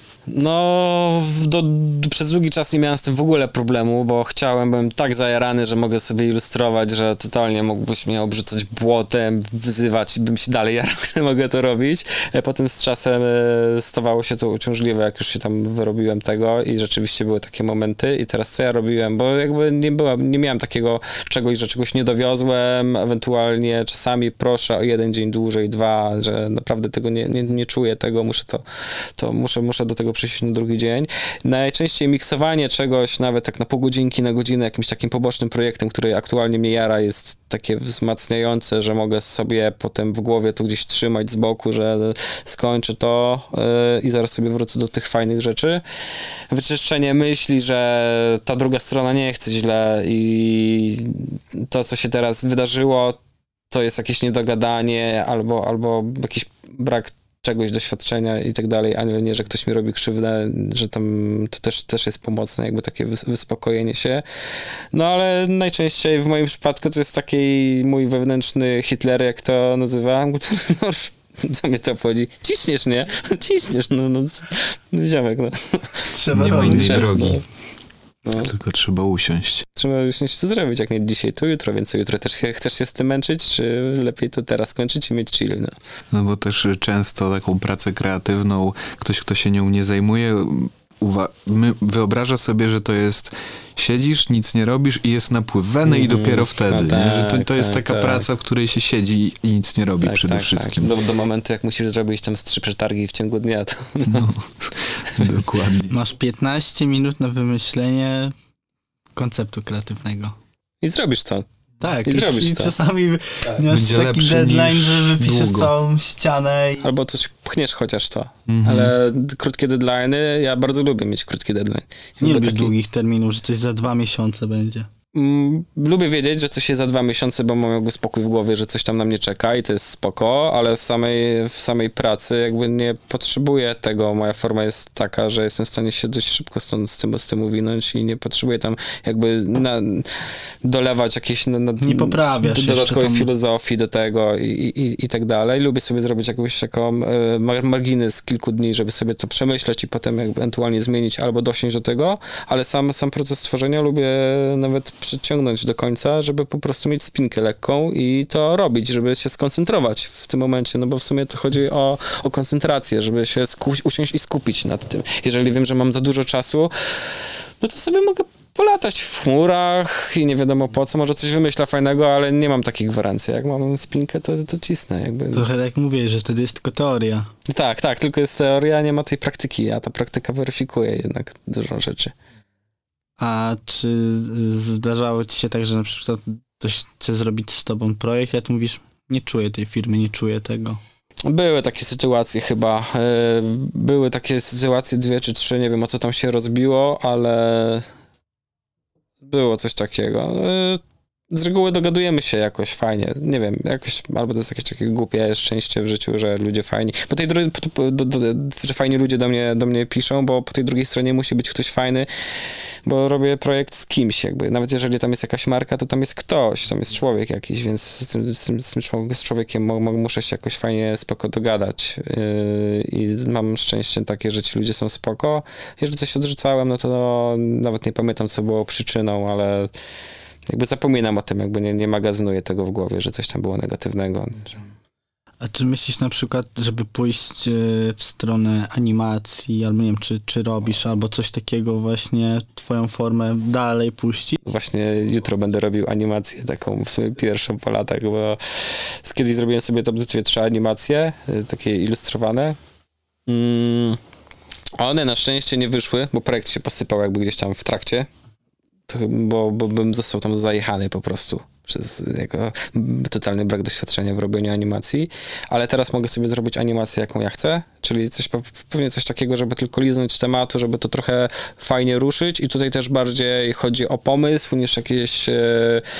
No, do, do, przez długi czas nie miałem z tym w ogóle problemu, bo chciałem, byłem tak zajarany, że mogę sobie ilustrować, że totalnie mógłbyś mnie obrzucać błotem, wyzywać i bym się dalej jarał, że mogę to robić. E, Potem z czasem e, stawało się to uciążliwe, jak już się tam wyrobiłem tego i rzeczywiście były takie momenty i teraz co ja robiłem, bo jakby nie byłem, nie miałem takiego czegoś, że czegoś nie dowiozłem, ewentualnie czasami proszę o jeden dzień dłużej, dwa, że naprawdę tego nie, nie, nie czuję tego, muszę to, to muszę, muszę do tego przyjść na drugi dzień. Najczęściej miksowanie czegoś, nawet tak na pół godzinki, na godzinę, jakimś takim pobocznym projektem, który aktualnie mnie jara, jest takie wzmacniające, że mogę sobie potem w głowie to gdzieś trzymać z boku, że skończę to yy, i zaraz sobie wrócę do tych fajnych rzeczy. Wyczyszczenie myśli, że ta druga strona nie chce źle i to, co się teraz wydarzyło, to jest jakieś niedogadanie albo, albo jakiś brak czegoś, doświadczenia i tak dalej, a nie, że ktoś mi robi krzywdę, że tam to też, też jest pomocne, jakby takie wyspokojenie się. No ale najczęściej w moim przypadku to jest taki mój wewnętrzny Hitler, jak to nazywam, który no, co mnie to obchodzi? Ciśniesz, nie? Ciśniesz, no, no, no ziomek, no. Trzeba Nie ma robić. innej Trzeba, drogi. no. No. Tylko trzeba usiąść. Trzeba już nie to zrobić, jak nie dzisiaj, to jutro, więc co jutro też się, chcesz się z tym męczyć, czy lepiej to teraz skończyć i mieć chill, no. No bo też często taką pracę kreatywną, ktoś, kto się nią nie zajmuje, uwa- my, wyobraża sobie, że to jest siedzisz, nic nie robisz i jest napływ weny mm, i dopiero wtedy, no nie? Że to, tak, to jest tak, taka tak. praca, w której się siedzi i nic nie robi Tak, przede tak, wszystkim. Tak. Do, do momentu, jak musisz zrobić tam z trzy przetargi w ciągu dnia, to... No, dokładnie. Masz piętnaście minut na wymyślenie konceptu kreatywnego. I zrobisz to. Tak, I i, zrobisz i to. czasami Tak. masz Będzie taki lepszy deadline, niż że wypiszesz długo. całą ścianę i... Albo coś pchniesz chociaż to. Mhm. Ale krótkie deadline'y, ja bardzo lubię mieć krótki deadline. Nie Jakby lubisz taki- długich terminów, że coś za dwa miesiące będzie. Mm, lubię wiedzieć, że coś jest za dwa miesiące, bo mam jakby spokój w głowie, że coś tam na mnie czeka i to jest spoko, ale w samej, w samej pracy jakby nie potrzebuję tego. Moja forma jest taka, że jestem w stanie się dość szybko stąd z tym, z tym uwinąć i nie potrzebuję tam jakby na, dolewać jakieś na, na, Nie poprawiasz jeszcze dodatkowej tam. filozofii do tego i, i, i tak dalej. Lubię sobie zrobić jakąś taką e, mar- margines kilku dni, żeby sobie to przemyśleć i potem jakby ewentualnie zmienić albo dosiąść do tego, ale sam, sam proces tworzenia lubię nawet przyciągnąć do końca, żeby po prostu mieć spinkę lekką i to robić, żeby się skoncentrować w tym momencie, no bo w sumie to chodzi o, o koncentrację, żeby się sku- usiąść i skupić nad tym. Jeżeli wiem, że mam za dużo czasu, no to sobie mogę polatać w chmurach i nie wiadomo po co, może coś wymyślę fajnego, ale nie mam takiej gwarancji. Jak mam spinkę, to, to cisnę jakby. Trochę tak jak mówię, że wtedy jest tylko teoria. Tak, tak, tylko jest teoria, nie ma tej praktyki, a ta praktyka weryfikuje jednak dużo rzeczy. A czy zdarzało ci się tak, że na przykład ktoś chce zrobić z tobą projekt, a ty mówisz, nie czuję tej firmy, nie czuję tego. Były takie sytuacje chyba. Yy, były takie sytuacje, dwie czy trzy, nie wiem o co tam się rozbiło, ale było coś takiego. Yy, z reguły dogadujemy się jakoś fajnie, nie wiem, jakoś, albo to jest jakieś takie głupie szczęście w życiu, że ludzie fajni, po tej drugiej, do, do, że fajni ludzie do mnie, do mnie piszą, bo po tej drugiej stronie musi być ktoś fajny, bo robię projekt z kimś, jakby, nawet jeżeli tam jest jakaś marka, to tam jest ktoś, tam jest człowiek jakiś, więc z tym, z tym, z tym człowiek, z człowiekiem mo, mo, muszę się jakoś fajnie, spoko dogadać yy, i mam szczęście takie, że ci ludzie są spoko. Jeżeli coś odrzucałem, no to no, nawet nie pamiętam, co było przyczyną, ale jakby zapominam o tym, jakby nie, nie magazynuję tego w głowie, że coś tam było negatywnego. A czy myślisz na przykład, żeby pójść e, w stronę animacji, albo nie wiem, czy, czy robisz, albo coś takiego właśnie, twoją formę dalej puścić? Właśnie jutro będę robił animację taką w sumie pierwszą po latach, bo kiedyś zrobiłem sobie tam dwie, trzy animacje, y, takie ilustrowane. Mm. One na szczęście nie wyszły, bo projekt się posypał jakby gdzieś tam w trakcie. To, bo, bo bym został tam zajechany po prostu przez jako totalny brak doświadczenia w robieniu animacji, ale teraz mogę sobie zrobić animację, jaką ja chcę, czyli coś, pewnie coś takiego, żeby tylko liznąć tematu, żeby to trochę fajnie ruszyć i tutaj też bardziej chodzi o pomysł niż jakieś e,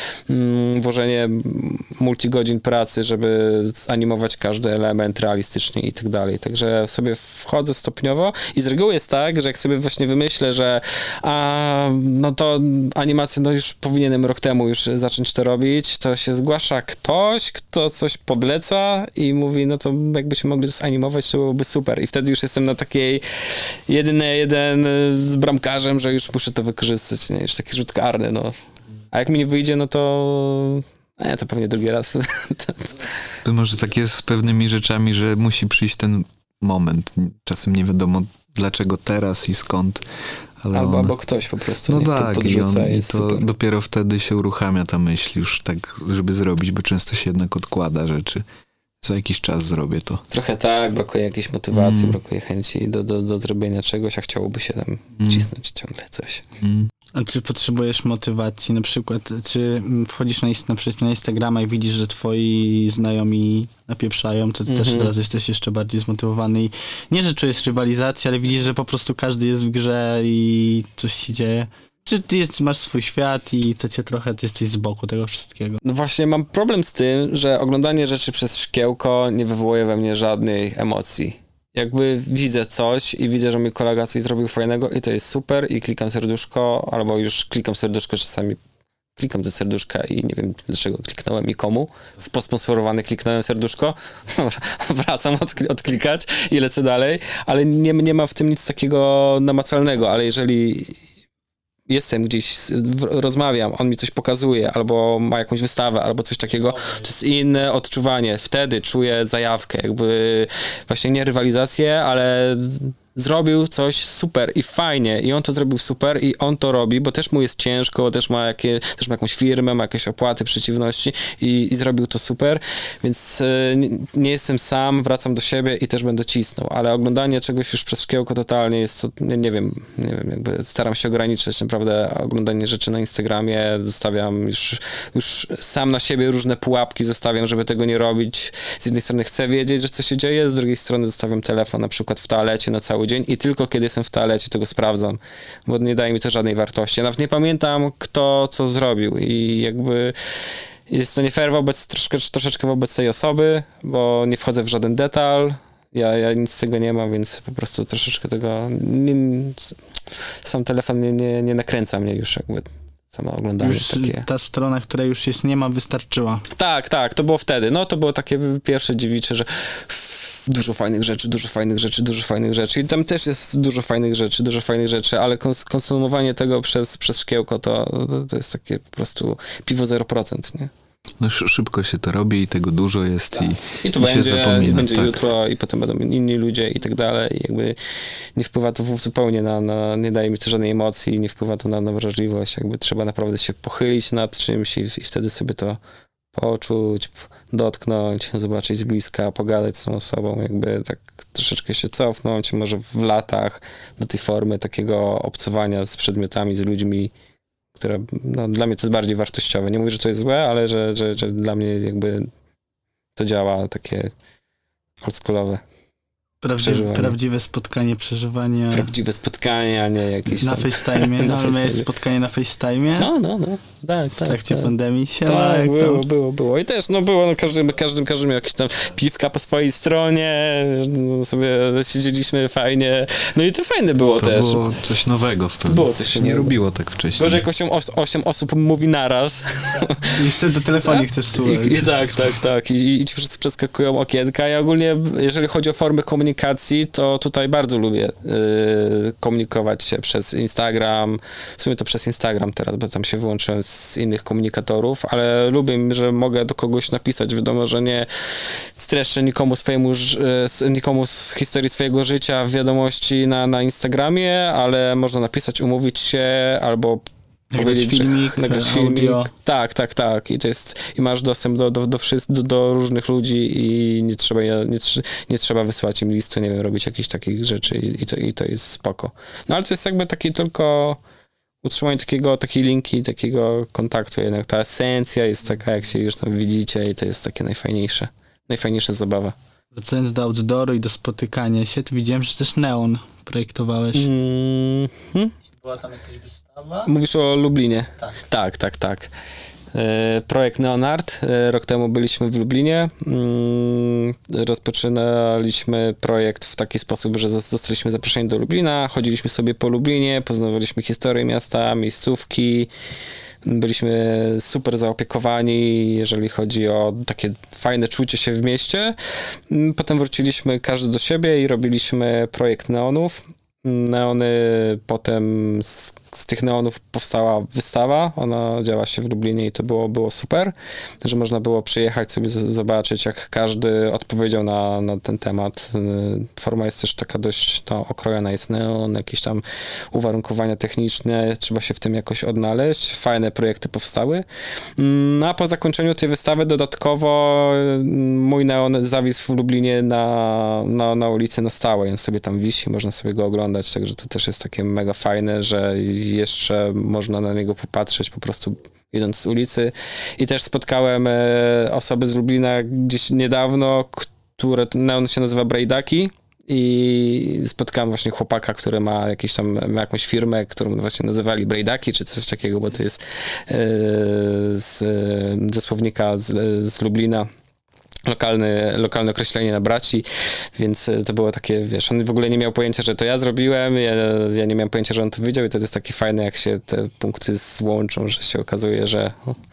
mm, włożenie multigodzin pracy, żeby zanimować każdy element realistycznie i tak dalej. Także sobie wchodzę stopniowo i z reguły jest tak, że jak sobie właśnie wymyślę, że a, no to animację no już powinienem rok temu już zacząć to robić, to się zgłasza ktoś, kto coś podleca i mówi, no to jakbyśmy mogli to zanimować, to byłoby super. I wtedy już jestem na takiej jedyny jeden z bramkarzem, że już muszę to wykorzystać, nie? Już taki rzut karny, no. A jak mi nie wyjdzie, no to nie, to pewnie drugi raz. To może tak jest z pewnymi rzeczami, że musi przyjść ten moment. Czasem nie wiadomo dlaczego teraz i skąd. Ale albo, on... albo ktoś po prostu no nie tak, podrzuca i, on, i jest to super. dopiero wtedy się uruchamia ta myśl już tak, żeby zrobić, bo często się jednak odkłada rzeczy. Za jakiś czas zrobię to. Trochę tak, brakuje jakiejś motywacji, Mm. brakuje chęci do, do, do zrobienia czegoś, a chciałoby się tam Mm. cisnąć ciągle coś. Mm. A czy potrzebujesz motywacji? Na przykład, czy wchodzisz na, na przykład na Instagrama i widzisz, że twoi znajomi napieprzają, to Mhm. też teraz jesteś jeszcze bardziej zmotywowany i nie, że czujesz rywalizację, ale widzisz, że po prostu każdy jest w grze i coś się dzieje. Czy ty jest, masz swój świat i to cię trochę, ty jesteś z boku tego wszystkiego? No właśnie mam problem z tym, że oglądanie rzeczy przez szkiełko nie wywołuje we mnie żadnej emocji. Jakby widzę coś i widzę, że mój kolega coś zrobił fajnego i to jest super i klikam serduszko, albo już klikam serduszko, czasami klikam te serduszka i nie wiem dlaczego kliknąłem i komu. W posponsorowany kliknąłem serduszko, wracam odkli- odklikać i lecę dalej, ale nie, nie ma w tym nic takiego namacalnego, ale jeżeli jestem gdzieś, rozmawiam, on mi coś pokazuje, albo ma jakąś wystawę, albo coś takiego, to jest inne odczuwanie. Wtedy czuję zajawkę, jakby właśnie nie rywalizację, ale zrobił coś super i fajnie i on to zrobił super i on to robi, bo też mu jest ciężko, też ma, jakie, też ma jakąś firmę, ma jakieś opłaty, przeciwności i, i zrobił to super, więc y, nie, nie jestem sam, wracam do siebie i też będę cisnął, ale oglądanie czegoś już przez szkiełko totalnie jest, to, nie, nie wiem, nie wiem, jakby staram się ograniczyć naprawdę oglądanie rzeczy na Instagramie, zostawiam już, już sam na siebie różne pułapki zostawiam, żeby tego nie robić. Z jednej strony chcę wiedzieć, że co się dzieje, z drugiej strony zostawiam telefon na przykład w toalecie na cały dzień i tylko kiedy jestem w toalecie, to go sprawdzam, bo nie daje mi to żadnej wartości. Ja nawet nie pamiętam, kto co zrobił i jakby jest to nie fair wobec, troszkę, troszeczkę wobec tej osoby, bo nie wchodzę w żaden detal, ja, ja nic z tego nie mam, więc po prostu troszeczkę tego nie, sam telefon nie, nie, nie nakręca mnie już jakby samo oglądanie Już takie. ta strona, która już jest, nie ma, wystarczyła. Tak, tak, to było wtedy. No to było takie pierwsze dziewicze, że dużo fajnych rzeczy, dużo fajnych rzeczy, dużo fajnych rzeczy. I tam też jest dużo fajnych rzeczy, dużo fajnych rzeczy, ale kons- konsumowanie tego przez, przez szkiełko to, to, to jest takie po prostu piwo zero procent, nie? No sz- szybko się to robi i tego dużo jest Tak. i, I to i będzie, się zapomina. będzie tak. jutro i potem będą inni ludzie i tak dalej. I jakby nie wpływa to w- zupełnie na, na, nie daje mi to żadnej emocji, nie wpływa to na, na wrażliwość. Jakby trzeba naprawdę się pochylić nad czymś i, i wtedy sobie to poczuć, dotknąć, zobaczyć z bliska, pogadać z tą osobą, jakby tak troszeczkę się cofnąć, może w latach do tej formy takiego obcowania z przedmiotami, z ludźmi, które no, dla mnie to jest bardziej wartościowe. Nie mówię, że to jest złe, ale że, że, że dla mnie jakby to działa takie oldschoolowe. Prawdziwe, Przeżywanie. prawdziwe spotkanie, przeżywanie Prawdziwe spotkanie, a nie jakieś na tam... FaceTime. Na No, ale miałeś FaceTime. spotkanie na FaceTime No, no, no. Tak, w tak, trakcie tak. pandemii. Siema, Tak, jak było, tam? było, było. I też, no było, no każdy, każdy, każdy miał jakieś tam piwka po swojej stronie, no, sobie siedzieliśmy fajnie. No i to fajne było To też. było coś nowego w pewnym. Było coś się nie nowego. robiło tak wcześniej. Bo że jak osiem, os- osiem osób mówi naraz. Jeszcze do telefonu chcesz słuchać. I, i tak, tak, tak. I, i ci wszyscy przeskakują okienka. Ja ogólnie, jeżeli chodzi o formy komunikacji, to tutaj bardzo lubię yy, komunikować się przez Instagram. W sumie to przez Instagram teraz, bo tam się wyłączyłem z innych komunikatorów, ale lubię, że mogę do kogoś napisać. Wiadomo, że nie streszczę nikomu swojemu, ż- z- nikomu z historii swojego życia w wiadomości na, na Instagramie, ale można napisać, umówić się albo Nagrać powiedzieć, że- filmik, nagrać audio. filmik. Tak, tak, tak. I to jest, i masz dostęp do, do, do, wszyst- do, do różnych ludzi i nie trzeba, nie, tr- nie trzeba wysłać im listu, nie wiem, robić jakichś takich rzeczy i, i, to, i to jest spoko. No ale to jest jakby taki tylko utrzymanie takiego, takiej linki, takiego kontaktu. Jednak ta esencja jest taka, jak się już tam widzicie i to jest takie najfajniejsze. Najfajniejsza zabawa. Wracając do outdooru i do spotykania się, to widziałem, że też Neon projektowałeś. Mm, hmm? Była tam jakaś wystawa? Mówisz o Lublinie? Tak. Tak, tak, tak. E, Projekt Neonart. E, Rok temu byliśmy w Lublinie. Mm, Rozpoczynaliśmy projekt w taki sposób, że zos- zostaliśmy zaproszeni do Lublina, chodziliśmy sobie po Lublinie, poznawaliśmy historię miasta, miejscówki. Byliśmy super zaopiekowani, jeżeli chodzi o takie fajne czucie się w mieście. Mm, Potem wróciliśmy każdy do siebie i robiliśmy projekt neonów. Neony, potem z, z tych neonów powstała wystawa, ona działa się w Lublinie i to było, było super, że można było przyjechać sobie z, zobaczyć, jak każdy odpowiedział na, na ten temat. Forma jest też taka dość to okrojona, jest neon, jakieś tam uwarunkowania techniczne, trzeba się w tym jakoś odnaleźć, fajne projekty powstały. No a po zakończeniu tej wystawy dodatkowo mój neon zawisł w Lublinie na, na, na ulicy na stałe, on sobie tam wisi, można sobie go oglądać, także to też jest takie mega fajne, że jeszcze można na niego popatrzeć po prostu idąc z ulicy. I też spotkałem e, osoby z Lublina gdzieś niedawno, które, neon się nazywa Brajdaki i spotkałem właśnie chłopaka, który ma jakieś tam, ma jakąś firmę, którą właśnie nazywali Brajdaki, czy coś takiego, bo to jest e, z, ze słownika z, z Lublina. Lokalny, lokalne określenie na braci, więc to było takie, wiesz, on w ogóle nie miał pojęcia, że to ja zrobiłem, ja, ja nie miałem pojęcia, że on to widział i to jest takie fajne, jak się te punkty złączą, że się okazuje, że,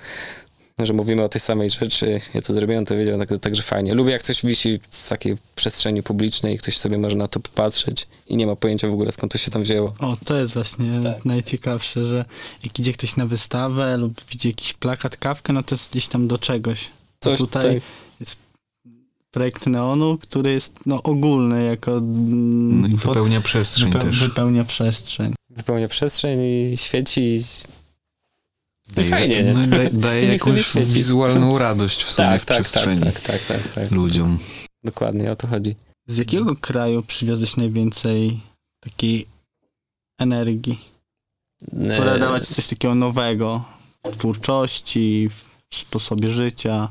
że mówimy o tej samej rzeczy, ja to zrobiłem, on to wiedział, tak, także fajnie. Lubię, jak coś wisi w takiej przestrzeni publicznej i ktoś sobie może na to popatrzeć i nie ma pojęcia w ogóle, skąd to się tam wzięło. O, to jest właśnie Tak. najciekawsze, że jak idzie ktoś na wystawę lub widzi jakiś plakat, kawkę, no to jest gdzieś tam do czegoś. A Coś tutaj tak. jest projekt Neonu, który jest no, ogólny, jako mm, No i pod- wypełnia przestrzeń wypeł- też. wypełnia przestrzeń. Wypełnia przestrzeń i świeci. Daje, fajnie, nie? no, daje, daje Niech sobie jakąś świeci. wizualną radość w sumie Tak, w tak, tak, przestrzeni tak, tak, tak, tak. ludziom. Dokładnie, o to chodzi. Z jakiego kraju przywiozłeś najwięcej takiej energii, która dała ci coś takiego nowego w twórczości, w sposobie życia?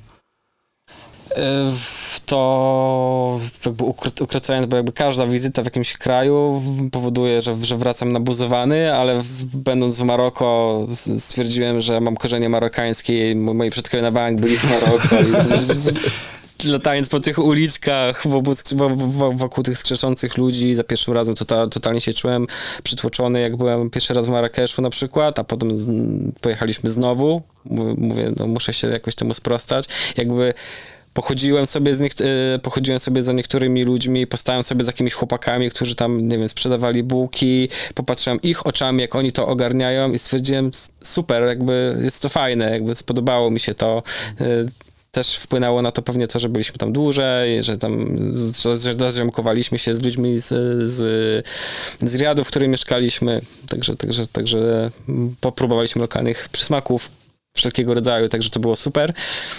E, w To jakby ukr- ukracając, bo jakby każda wizyta w jakimś kraju powoduje, że, że wracam nabuzowany, ale w, będąc w Maroko s- stwierdziłem, że mam korzenie marokańskie i moi przodkowie na bank byli z Maroko. I, latając po tych uliczkach wokół, wokół, wokół tych skrzeszących ludzi, za pierwszym razem to, totalnie się czułem przytłoczony, jak byłem pierwszy raz w Marrakeszu na przykład, a potem z, pojechaliśmy znowu. Mówię, no muszę się jakoś temu sprostać. Jakby Pochodziłem sobie, z niekt- pochodziłem sobie za niektórymi ludźmi, postałem sobie z jakimiś chłopakami, którzy tam, nie wiem, sprzedawali bułki, popatrzyłem ich oczami, jak oni to ogarniają i stwierdziłem, super, jakby jest to fajne, jakby spodobało mi się to. Też wpłynęło na to pewnie to, że byliśmy tam dłużej, że tam zaziomkowaliśmy się z ludźmi z, z, z Riadu, w którym mieszkaliśmy, także, także, także popróbowaliśmy lokalnych przysmaków wszelkiego rodzaju, także to było super.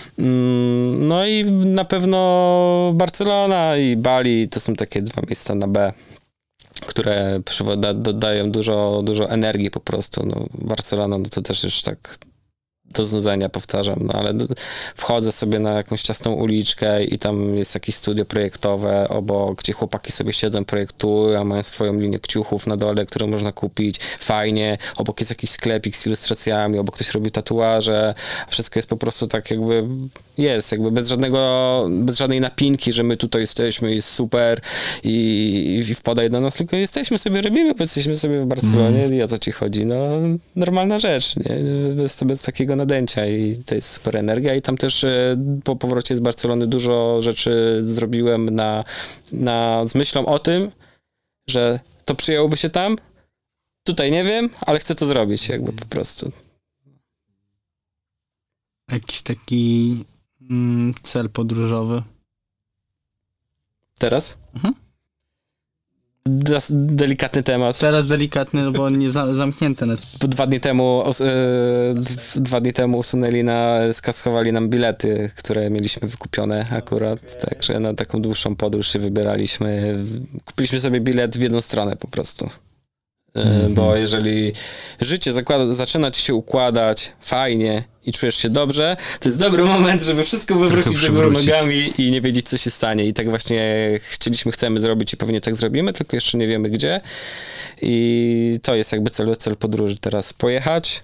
No i na pewno Barcelona i Bali to są takie dwa miejsca na B, które dodają dużo, dużo energii po prostu. No, Barcelona no to też już tak do znudzenia, powtarzam, no ale do, wchodzę sobie na jakąś ciasną uliczkę i tam jest jakieś studio projektowe obok, gdzie chłopaki sobie siedzą, projektują, a mają swoją linię kciuchów na dole, które można kupić, fajnie, obok jest jakiś sklepik z ilustracjami, obok ktoś robi tatuaże, wszystko jest po prostu tak jakby, jest, jakby bez żadnego, bez żadnej napinki, że my tutaj jesteśmy, jest super i, i wpadaj do nas, tylko jesteśmy sobie, robimy, bo jesteśmy sobie w Barcelonie mm. i o co ci chodzi, no normalna rzecz, nie? Bez, bez takiego nadęcia i to jest super energia i tam też po powrocie z Barcelony dużo rzeczy zrobiłem na, na, z myślą o tym, że to przyjęłoby się tam, tutaj nie wiem, ale chcę to zrobić jakby po prostu. Jakiś taki mm, cel podróżowy. Teraz? Mhm. Delikatny temat. Teraz delikatny, no bo nie za, zamknięte. Dwa dni temu e, dwa dni temu usunęli na, skasowali nam bilety, które mieliśmy wykupione akurat, także na taką dłuższą podróż się wybieraliśmy. Kupiliśmy sobie bilet w jedną stronę po prostu. Mm-hmm. Bo jeżeli życie zakłada, zaczyna ci się układać fajnie i czujesz się dobrze, to jest dobry moment, żeby wszystko wywrócić do góry nogami i nie wiedzieć, co się stanie. I tak właśnie chcieliśmy, chcemy zrobić i pewnie tak zrobimy, tylko jeszcze nie wiemy gdzie. I to jest jakby cel, cel podróży teraz. Pojechać,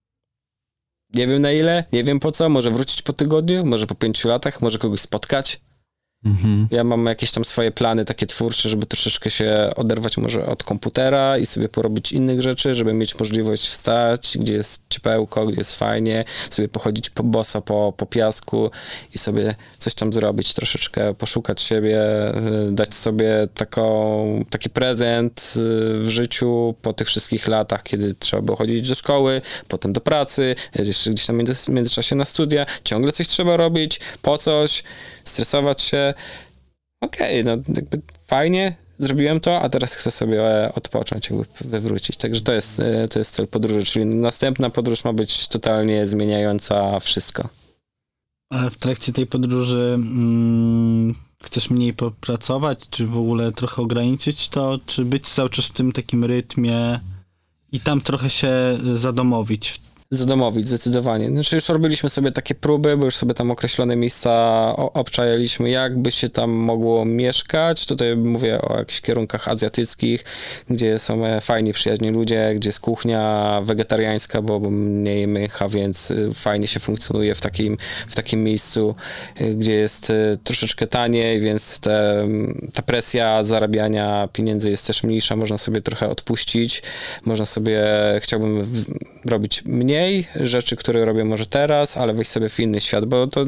nie wiem na ile, nie wiem po co, może wrócić po tygodniu, może po pięciu latach, może kogoś spotkać. Mhm. Ja mam jakieś tam swoje plany takie twórcze, żeby troszeczkę się oderwać może od komputera i sobie porobić innych rzeczy, żeby mieć możliwość wstać, gdzie jest ciepełko, gdzie jest fajnie, sobie pochodzić po boso, po, po piasku i sobie coś tam zrobić, troszeczkę poszukać siebie, dać sobie taką, taki prezent w życiu po tych wszystkich latach, kiedy trzeba było chodzić do szkoły, potem do pracy, jeszcze gdzieś tam w międzyczasie na studia, ciągle coś trzeba robić, po coś, stresować się. Okej, okay, no jakby fajnie, zrobiłem to, a teraz chcę sobie odpocząć, jakby wywrócić. Także to jest, to jest cel podróży, czyli następna podróż ma być totalnie zmieniająca wszystko. Ale w trakcie tej podróży mm, chcesz mniej popracować, czy w ogóle trochę ograniczyć to, czy być cały czas w tym takim rytmie i tam trochę się zadomowić? Zadomowić, zdecydowanie. Znaczy już robiliśmy sobie takie próby, bo już sobie tam określone miejsca obczajaliśmy, jakby się tam mogło mieszkać. Tutaj mówię o jakichś kierunkach azjatyckich, gdzie są fajni, przyjaźni ludzie, gdzie jest kuchnia wegetariańska, bo nie jemy mięcha, więc fajnie się funkcjonuje w takim, w takim miejscu, gdzie jest troszeczkę taniej, więc te, ta presja zarabiania pieniędzy jest też mniejsza, można sobie trochę odpuścić, można sobie, chciałbym w, robić mniej rzeczy, które robię może teraz, ale wejść sobie w inny świat, bo to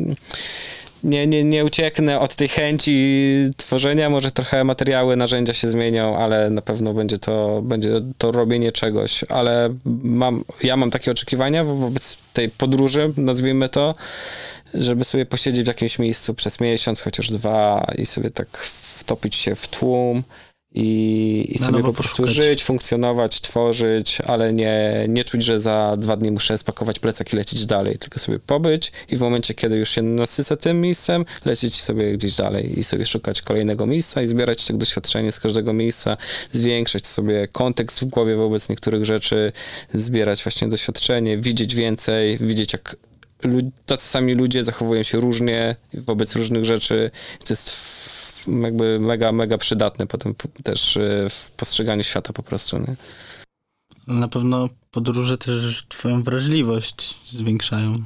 nie, nie, nie ucieknę od tej chęci tworzenia, może trochę materiały, narzędzia się zmienią, ale na pewno będzie to, będzie to robienie czegoś, ale mam, ja mam takie oczekiwania wobec tej podróży, nazwijmy to, żeby sobie posiedzieć w jakimś miejscu przez miesiąc, chociaż dwa i sobie tak wtopić się w tłum i, i sobie po prostu poszukać. Żyć, funkcjonować, tworzyć, ale nie, nie czuć, że za dwa dni muszę spakować plecak i lecieć dalej, tylko sobie pobyć i w momencie, kiedy już się nasycę tym miejscem, lecieć sobie gdzieś dalej i sobie szukać kolejnego miejsca i zbierać tak doświadczenie z każdego miejsca, zwiększać sobie kontekst w głowie wobec niektórych rzeczy, zbierać właśnie doświadczenie, widzieć więcej, widzieć jak lud- tacy sami ludzie zachowują się różnie wobec różnych rzeczy. To jest jakby mega, mega przydatne potem też w postrzeganiu świata po prostu, nie? Na pewno podróże też twoją wrażliwość zwiększają.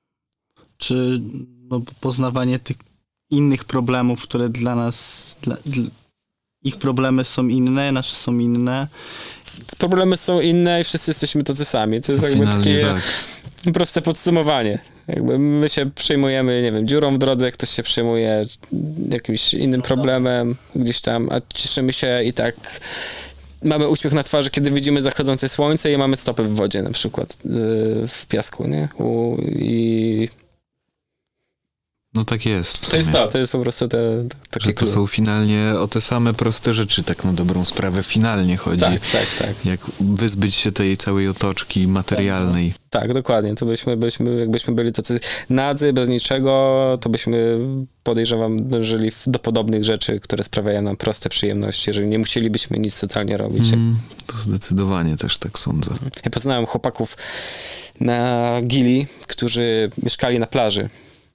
Czy no, poznawanie tych innych problemów, które dla nas, dla, dla, ich problemy są inne, nasze są inne. Problemy są inne i wszyscy jesteśmy tacy sami. To jest jakby takie tak. proste podsumowanie. Jakby my się przejmujemy, nie wiem, dziurą w drodze, ktoś się przejmuje jakimś innym problemem gdzieś tam, a cieszymy się i tak mamy uśmiech na twarzy, kiedy widzimy zachodzące słońce i mamy stopy w wodzie na przykład, yy, w piasku, nie? U, i... No tak jest. w To jest sumie. to, to jest po prostu te, te takie Że to clue. są finalnie o te same proste rzeczy, tak na dobrą sprawę. Finalnie chodzi. Tak, tak, tak. Jak wyzbyć się tej całej otoczki materialnej. Tak, dokładnie. To byśmy, byśmy, jakbyśmy byli tacy nadzy, bez niczego, to byśmy, podejrzewam, dążyli w- do podobnych rzeczy, które sprawiają nam proste przyjemności, jeżeli nie musielibyśmy nic totalnie robić. Mm, to zdecydowanie też tak sądzę. Ja poznałem chłopaków na Gili, którzy mieszkali na plaży.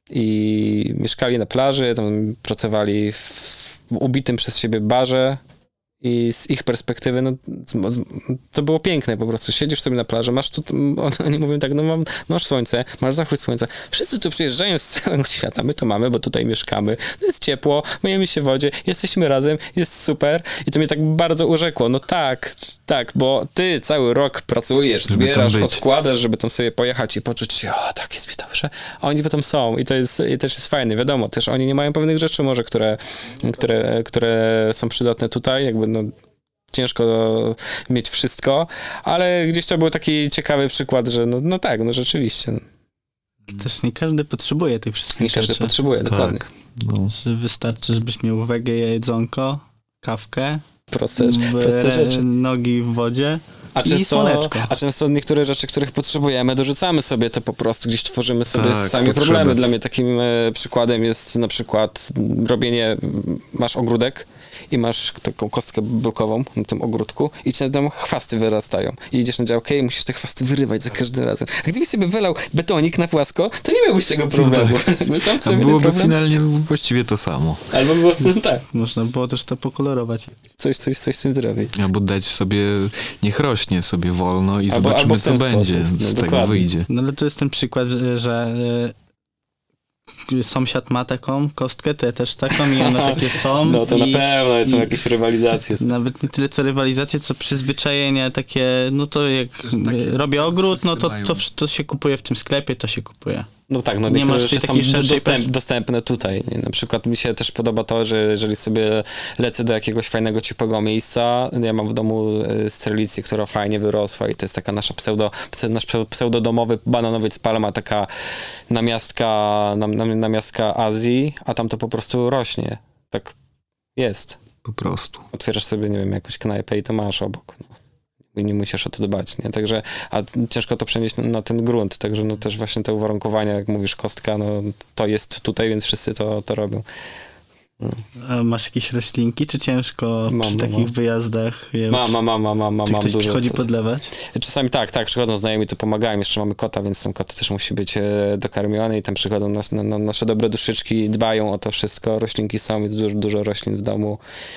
I mieszkali na plaży, tam pracowali w ubitym przez siebie barze i z ich perspektywy, no, z- z- to było piękne po prostu. Siedzisz sobie na plaży, masz tu, oni mówią tak, no mam, masz słońce, masz zachód słońca. Wszyscy tu przyjeżdżają z całego świata, my to mamy, bo tutaj mieszkamy. No jest ciepło, myjemy się w wodzie, jesteśmy razem, jest super. I to mnie tak bardzo urzekło. No tak, tak, bo ty cały rok pracujesz, Żeby tam zbierasz, być. odkładasz, żeby tam sobie pojechać i poczuć się, o, tak jest mi dobrze. A oni potem są i to jest, i też jest fajne. Wiadomo, też oni nie mają pewnych rzeczy może, które, które, które są przydatne tutaj, jakby no ciężko mieć wszystko, ale gdzieś to był taki ciekawy przykład, że no, no tak, no rzeczywiście. Też nie każdy potrzebuje tych wszystkich Nie każdy rzeczy. potrzebuje, dokładnie. Tak. No. Że wystarczy, żebyś miał wege, jedzonko, kawkę, Proste, w- proste rzeczy. nogi w wodzie A i często, słoneczko. a często niektóre rzeczy, których potrzebujemy, dorzucamy sobie to po prostu, gdzieś tworzymy sobie Tak, sami potrzeby. problemy. Dla mnie takim e, przykładem jest na przykład robienie, masz ogródek i masz taką kostkę brukową na tym ogródku i ci tam chwasty wyrastają. I idziesz na działkę i musisz te chwasty wyrywać za każdym razem. A gdybyś sobie wylał betonik na płasko, to nie miałbyś tego problemu. Jakby sam A sobie ten byłoby problem, finalnie właściwie to samo. albo było tak, Można było też to pokolorować. coś, coś, coś z tym zrobić. Albo dać sobie, niech rośnie sobie wolno i Albo- zobaczymy, albo w co ten będzie. sposób. No, Z tego dokładnie. wyjdzie. No ale to jest ten przykład, że, że y, sąsiad ma taką kostkę, to ja też taką i one takie są. No to i na pewno są i- jakieś rywalizacje. Nawet nie tyle co rywalizacje, co przyzwyczajenie takie, no to jak y, robię ogród, no to, mają. to, to się kupuje w tym sklepie, to się kupuje. No tak, no Nie niektóre masz tej rzeczy są takiej szerszej dostęp, pers- dostępne tutaj. Nie? Na przykład mi się też podoba to, że jeżeli sobie lecę do jakiegoś fajnego, ciepłego miejsca, ja mam w domu e, strelicję, która fajnie wyrosła i to jest taka nasza pseudo, pse- nasz pseu- pseudodomowy bananowiec palma, taka namiastka, nam, nam, namiastka Azji, a tam to po prostu rośnie. Tak jest. Po prostu. Otwierasz sobie, nie wiem, jakąś knajpę i to masz obok. No. I nie musisz o to dbać, nie? Także, a ciężko to przenieść na, na ten grunt, także no też właśnie te uwarunkowania, jak mówisz, kostka, no to jest tutaj, więc wszyscy to, to robią. A masz jakieś roślinki, czy ciężko Mam, przy mam, takich mam. wyjazdach? Je, Mam, mam, mam, mam, mam, mam czy ktoś dużo. przychodzi podlewać? Czasami tak, tak, przychodzą znajomi, tu pomagają, jeszcze mamy kota, więc ten kot też musi być e, dokarmiony i tam przychodzą nas, na, na nasze dobre duszyczki, dbają o to wszystko, roślinki są, jest dużo, dużo roślin w domu.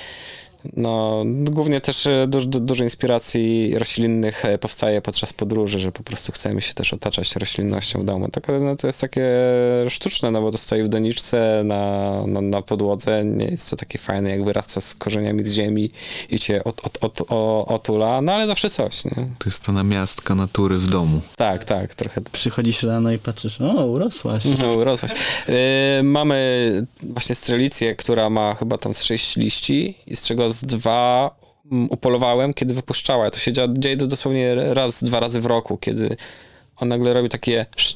No, głównie też e, dużo, du- dużo inspiracji roślinnych e, powstaje podczas podróży, że po prostu chcemy się też otaczać roślinnością w domu. Tak, no, to jest takie sztuczne, no bo to stoi w doniczce na, na, na podłodze, nie jest to takie fajne, jak wyrasta z korzeniami z ziemi i cię od, od, od, o, otula, no ale zawsze coś, nie? To jest ta namiastka natury w domu. Tak, tak, trochę. Przychodzisz rano i patrzysz, o, urosłaś. No, urosłaś. Y, mamy właśnie strelicję, która ma chyba tam z sześć liści, i z czego z dwa mm, upolowałem, kiedy wypuszczała. To się dzieje, dzieje to dosłownie raz, dwa razy w roku, kiedy on nagle robi takie sz-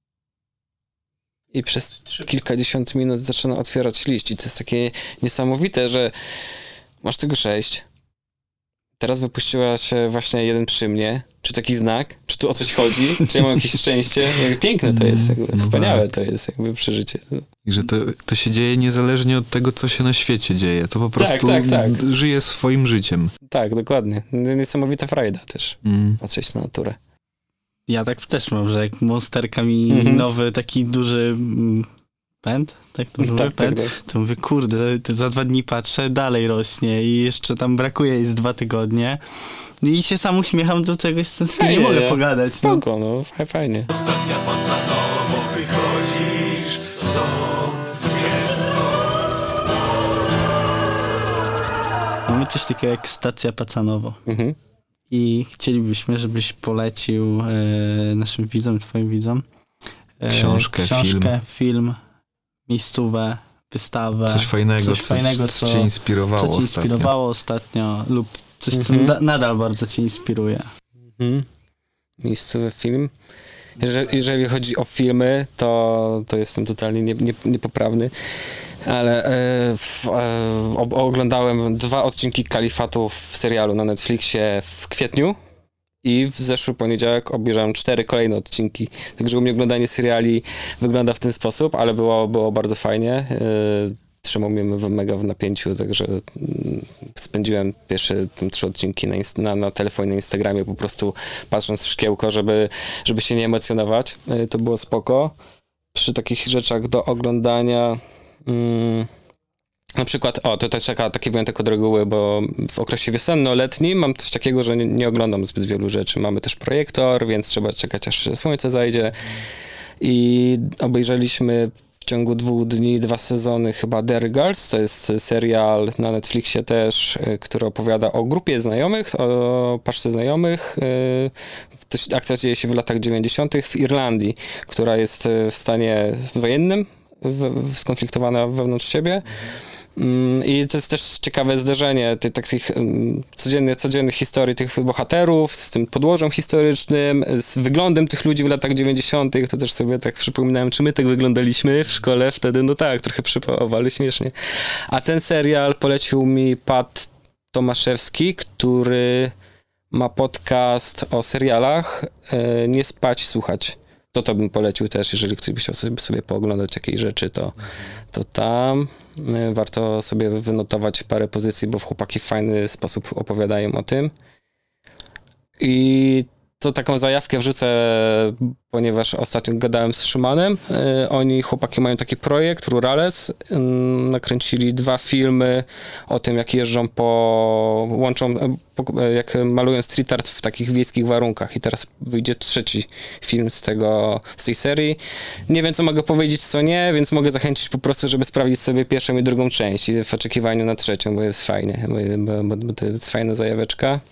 i przez kilkadziesiąt minut zaczyna otwierać liść. I to jest takie niesamowite, że masz tego sześć. Teraz wypuściła się właśnie jeden przy mnie. Czy taki znak? Czy tu o coś chodzi? Czy ja mam jakieś szczęście? Jakby piękne to jest, jakby, No wspaniałe tak. to jest, jakby przeżycie. I że to, to się dzieje niezależnie od tego, co się na świecie dzieje. To po prostu tak, tak. żyje swoim życiem. Tak, dokładnie. Niesamowita frajda też, Mm. patrzeć na naturę. Ja tak też mam, że jak monsterka mi Mhm. nowy taki duży mm, pęd, tak to mówię, Tak, tak, pęd, tak. to mówię, kurde, to za dwa dni patrzę, dalej rośnie i jeszcze tam brakuje jej z dwa tygodnie. I się sam uśmiecham do czegoś, co nie Fajnie, mogę nie? pogadać. No. Spoko, no, faj- fajnie. Stacja Pacanowo, wychodzisz stąd. Mamy coś takiego jak stacja Pacanowo. Mhm. I chcielibyśmy, żebyś polecił e, naszym widzom, twoim widzom e, Książkę, książkę film, miejscówę, wystawę. Coś fajnego, coś co, fajnego, co co- cię inspirowało Co cię ostatnio. inspirowało ostatnio lub coś, co Mhm. na, nadal bardzo cię inspiruje. Mhm. Miejscowy film. Jeżeli, jeżeli chodzi o filmy, to, to jestem totalnie nie, nie, niepoprawny. Ale e, w, e, o, oglądałem dwa odcinki Kalifatu w serialu na Netflixie w kwietniu i w zeszły poniedziałek obejrzałem cztery kolejne odcinki. Także u mnie oglądanie seriali wygląda w ten sposób, ale było, było bardzo fajnie. E, trzymał mnie w, mega w napięciu, także mm, spędziłem pierwsze tam, trzy odcinki na, na, na telefonie, na Instagramie, po prostu patrząc w szkiełko, żeby, żeby się nie emocjonować. E, to było spoko. Przy takich rzeczach do oglądania Mm, na przykład, o, tutaj czeka taki wyjątek od reguły, bo w okresie wiosenno-letnim mam coś takiego, że nie, nie oglądam zbyt wielu rzeczy. Mamy też projektor, więc trzeba czekać, aż słońce zajdzie. I obejrzeliśmy w ciągu dwóch dni dwa sezony chyba The Girls, to jest serial na Netflixie też, który opowiada o grupie znajomych, o paczce znajomych. To akcja dzieje się w latach dziewięćdziesiątych w Irlandii, która jest w stanie wojennym, w, skonfliktowana wewnątrz siebie. Mm, I to jest też ciekawe zderzenie tych takich um, codziennych, codziennych historii tych bohaterów z tym podłożem historycznym, z wyglądem tych ludzi w latach dziewięćdziesiątych. To też sobie tak przypominałem, czy my tak wyglądaliśmy w szkole wtedy. No tak, trochę przypałowo, ale śmiesznie. A ten serial polecił mi Pat Tomaszewski, który ma podcast o serialach e, Nie spać, słuchać. To to bym polecił też, jeżeli ktoś by chciał sobie, sobie pooglądać jakieś rzeczy, to, to tam y, warto sobie wynotować parę pozycji, bo chłopaki w fajny sposób opowiadają o tym. I to taką zajawkę wrzucę, ponieważ ostatnio gadałem z Szymanem. Y, oni, chłopaki, mają taki projekt, Rurales. Y, nakręcili dwa filmy o tym, jak jeżdżą po... łączą, po, jak malują street art w takich wiejskich warunkach. I teraz wyjdzie trzeci film z tego, z tej serii. Nie wiem, co mogę powiedzieć, co nie, więc mogę zachęcić po prostu, żeby sprawdzić sobie pierwszą i drugą część w oczekiwaniu na trzecią, bo jest fajnie, bo, bo, bo to jest fajna zajaweczka.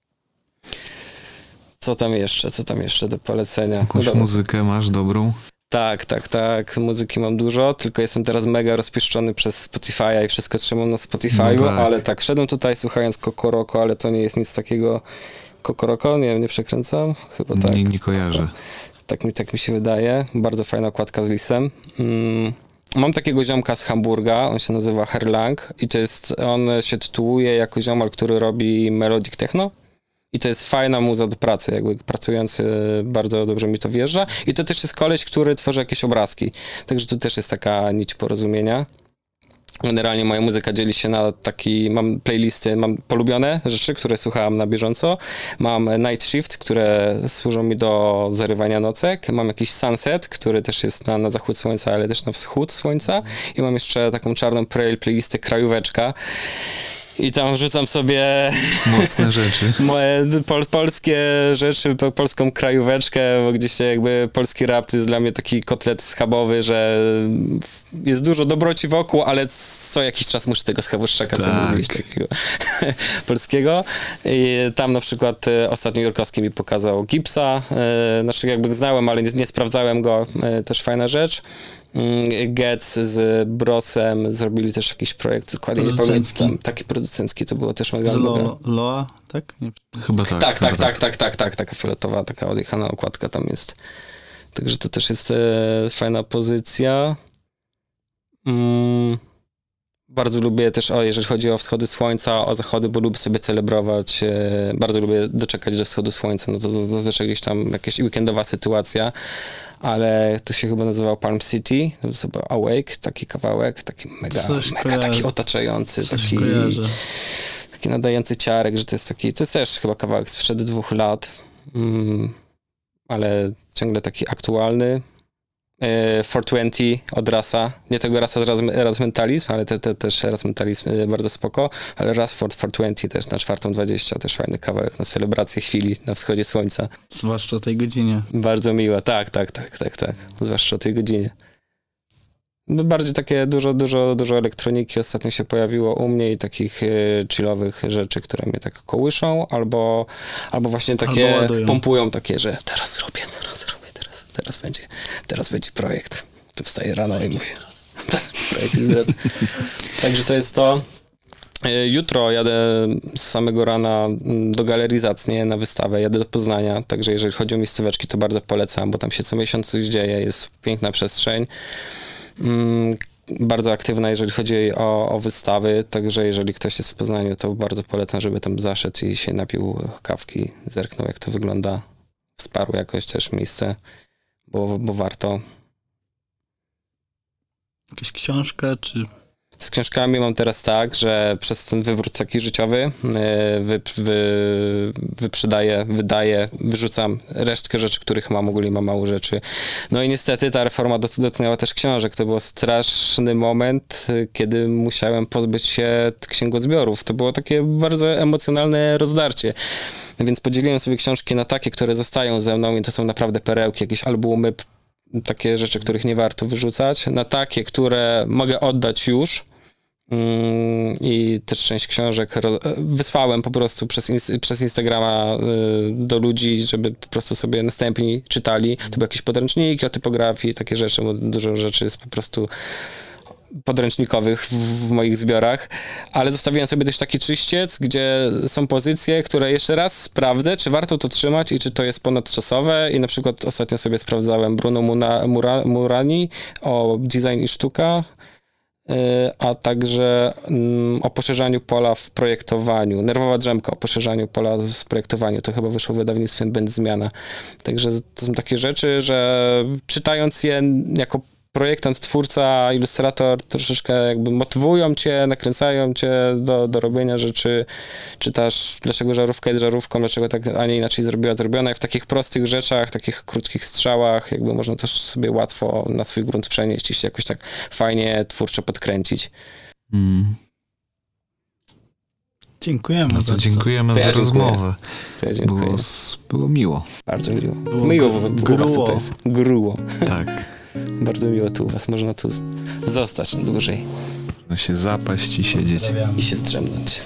Co tam jeszcze? Co tam jeszcze do polecenia? Jakąś no muzykę masz dobrą? Tak, tak, tak. Muzyki mam dużo, tylko jestem teraz mega rozpieszczony przez Spotify'a i wszystko trzymam na Spotify'u, No tak. ale tak, szedłem tutaj słuchając Kokoroko, ale to nie jest nic takiego Kokoroko, nie wiem, nie przekręcam? Chyba tak. Nie, nie kojarzę. Tak mi, tak mi się wydaje. Bardzo fajna okładka z lisem. Mm. Mam takiego ziomka z Hamburga, on się nazywa Herlang i to jest, on się tytułuje jako ziomal, który robi melodic techno. I to jest fajna muza do pracy, jakby pracujący bardzo dobrze mi to wjeżdża. I to też jest koleś, który tworzy jakieś obrazki. Także tu też jest taka nić porozumienia. Generalnie moja muzyka dzieli się na taki, mam playlisty, mam polubione rzeczy, które słuchałem na bieżąco. Mam Night Shift, które służą mi do zarywania nocek. Mam jakiś Sunset, który też jest na, na zachód słońca, ale też na wschód słońca. I mam jeszcze taką czarną playlistę Krajóweczka. I tam wrzucam sobie mocne rzeczy. Moje pol, polskie rzeczy, po, polską krajóweczkę, bo gdzieś się jakby polski rap to jest dla mnie taki kotlet schabowy, że jest dużo dobroci wokół, ale co jakiś czas muszę tego schabuszczaka tak. sobie zjeść takiego polskiego. I tam na przykład e, ostatnio Jurkowski mi pokazał Gipsa, e, znaczy jakby znałem, ale nie, nie sprawdzałem go, e, też fajna rzecz. Getz z Brosem zrobili też jakiś projekt, dokładnie nie pamiętam, taki producencki, to było też mega. Z Lo, Loa, tak? Nie. Chyba tak. Tak, chyba tak, tak, tak, tak, tak, taka fioletowa, taka odjechana okładka tam jest. Także to też jest e, fajna pozycja. Mm. Bardzo lubię też, o, jeżeli chodzi o wschody słońca, o zachody, bo lubię sobie celebrować, e, bardzo lubię doczekać do wschodu słońca, no to zazwyczaj gdzieś tam jakaś weekendowa sytuacja, ale to się chyba nazywał Palm City, to jest chyba Awake, taki kawałek, taki mega, Coś mega kojarzy. taki otaczający, Coś taki, kojarzę. taki nadający ciarek, że to jest taki, to jest też chyba kawałek sprzed dwóch lat, mm, ale ciągle taki aktualny. czterysta dwadzieścia od Rasa, nie tego Rasa raz, raz Mentalizm, ale te, te, też Raz Mentalizm bardzo spoko, ale Raz czterysta dwadzieścia też na czwartą dwadzieścia, też fajny kawałek na celebrację chwili na wschodzie słońca. Zwłaszcza o tej godzinie. Bardzo miła, tak, tak, tak, tak, tak, zwłaszcza o tej godzinie. No bardziej takie dużo, dużo, dużo elektroniki ostatnio się pojawiło u mnie i takich e, chillowych rzeczy, które mnie tak kołyszą, albo, albo właśnie takie Albo ładują. pompują takie, że teraz zrobię, teraz zrobię. Teraz będzie, teraz będzie projekt. Tu wstaję rano i mówię. Tak, projekt jest. Także to jest to. Jutro jadę z samego rana do Galerii Zacnie na wystawę, jadę do Poznania, także jeżeli chodzi o miejscóweczki, to bardzo polecam, bo tam się co miesiąc coś dzieje, jest piękna przestrzeń, mm, bardzo aktywna, jeżeli chodzi o, o wystawy, także jeżeli ktoś jest w Poznaniu, to bardzo polecam, żeby tam zaszedł i się napił kawki, zerknął jak to wygląda, wsparł jakoś też miejsce, bo, bo warto. Jakaś książka, czy... Z książkami mam teraz tak, że przez ten wywrót taki życiowy wy, wy, wyprzedaję, wydaję, wyrzucam resztkę rzeczy, których mam, ogólnie mam mało rzeczy. No i niestety ta reforma dotknęła też książek. To był straszny moment, kiedy musiałem pozbyć się księgozbiorów. To było takie bardzo emocjonalne rozdarcie. Więc podzieliłem sobie książki na takie, które zostają ze mną i to są naprawdę perełki, jakieś albumy, takie rzeczy, których nie warto wyrzucać, na takie, które mogę oddać już mm, i też część książek ro- wysłałem po prostu przez, ins- przez Instagrama y, do ludzi, żeby po prostu sobie następni czytali. To były jakieś podręczniki o typografii, takie rzeczy, bo dużo rzeczy jest po prostu podręcznikowych w, w moich zbiorach, ale zostawiłem sobie też taki czyściec, gdzie są pozycje, które jeszcze raz sprawdzę, czy warto to trzymać i czy to jest ponadczasowe i na przykład ostatnio sobie sprawdzałem Bruno Muna, Mura, Murani o design i sztuka, yy, a także yy, o poszerzaniu pola w projektowaniu. Nerwowa drzemka o poszerzaniu pola w projektowaniu. To chyba wyszło wydawnictwem Będzie Zmiana. Także to są takie rzeczy, że czytając je jako projektant, twórca, ilustrator troszeczkę jakby motywują cię, nakręcają cię do, do robienia rzeczy. Czytasz, dlaczego żarówka jest żarówką, dlaczego tak, a nie inaczej zrobiła zrobiona. I w takich prostych rzeczach, takich krótkich strzałach, jakby można też sobie łatwo na swój grunt przenieść i się jakoś tak fajnie, twórczo podkręcić. Mm. Dziękujemy No to bardzo. dziękujemy To za ja dziękuję. rozmowę. To ja dziękuję. Było, s- było miło. Bardzo miło. Było miło gru- w, w, gruło. u was to jest. Gruło. Tak. Bardzo miło tu u was. Można tu z- zostać dłużej Można się zapaść i siedzieć. i się zdrzemnąć.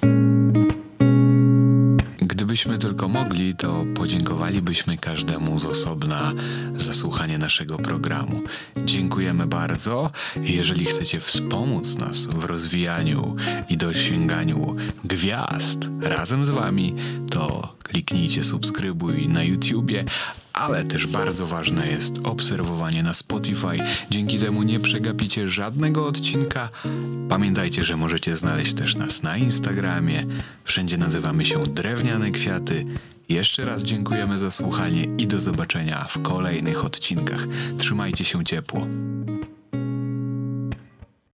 Gdybyśmy tylko mogli, to podziękowalibyśmy każdemu z osobna za słuchanie naszego programu. Dziękujemy bardzo. Jeżeli chcecie wspomóc nas w rozwijaniu i dosięganiu gwiazd razem z wami, to kliknijcie subskrybuj na YouTubie, ale też bardzo ważne jest obserwowanie na Spotify. Dzięki temu nie przegapicie żadnego odcinka. Pamiętajcie, że możecie znaleźć też nas na Instagramie. Wszędzie nazywamy się Drewniane Kwiaty. Jeszcze raz dziękujemy za słuchanie i do zobaczenia w kolejnych odcinkach. Trzymajcie się ciepło.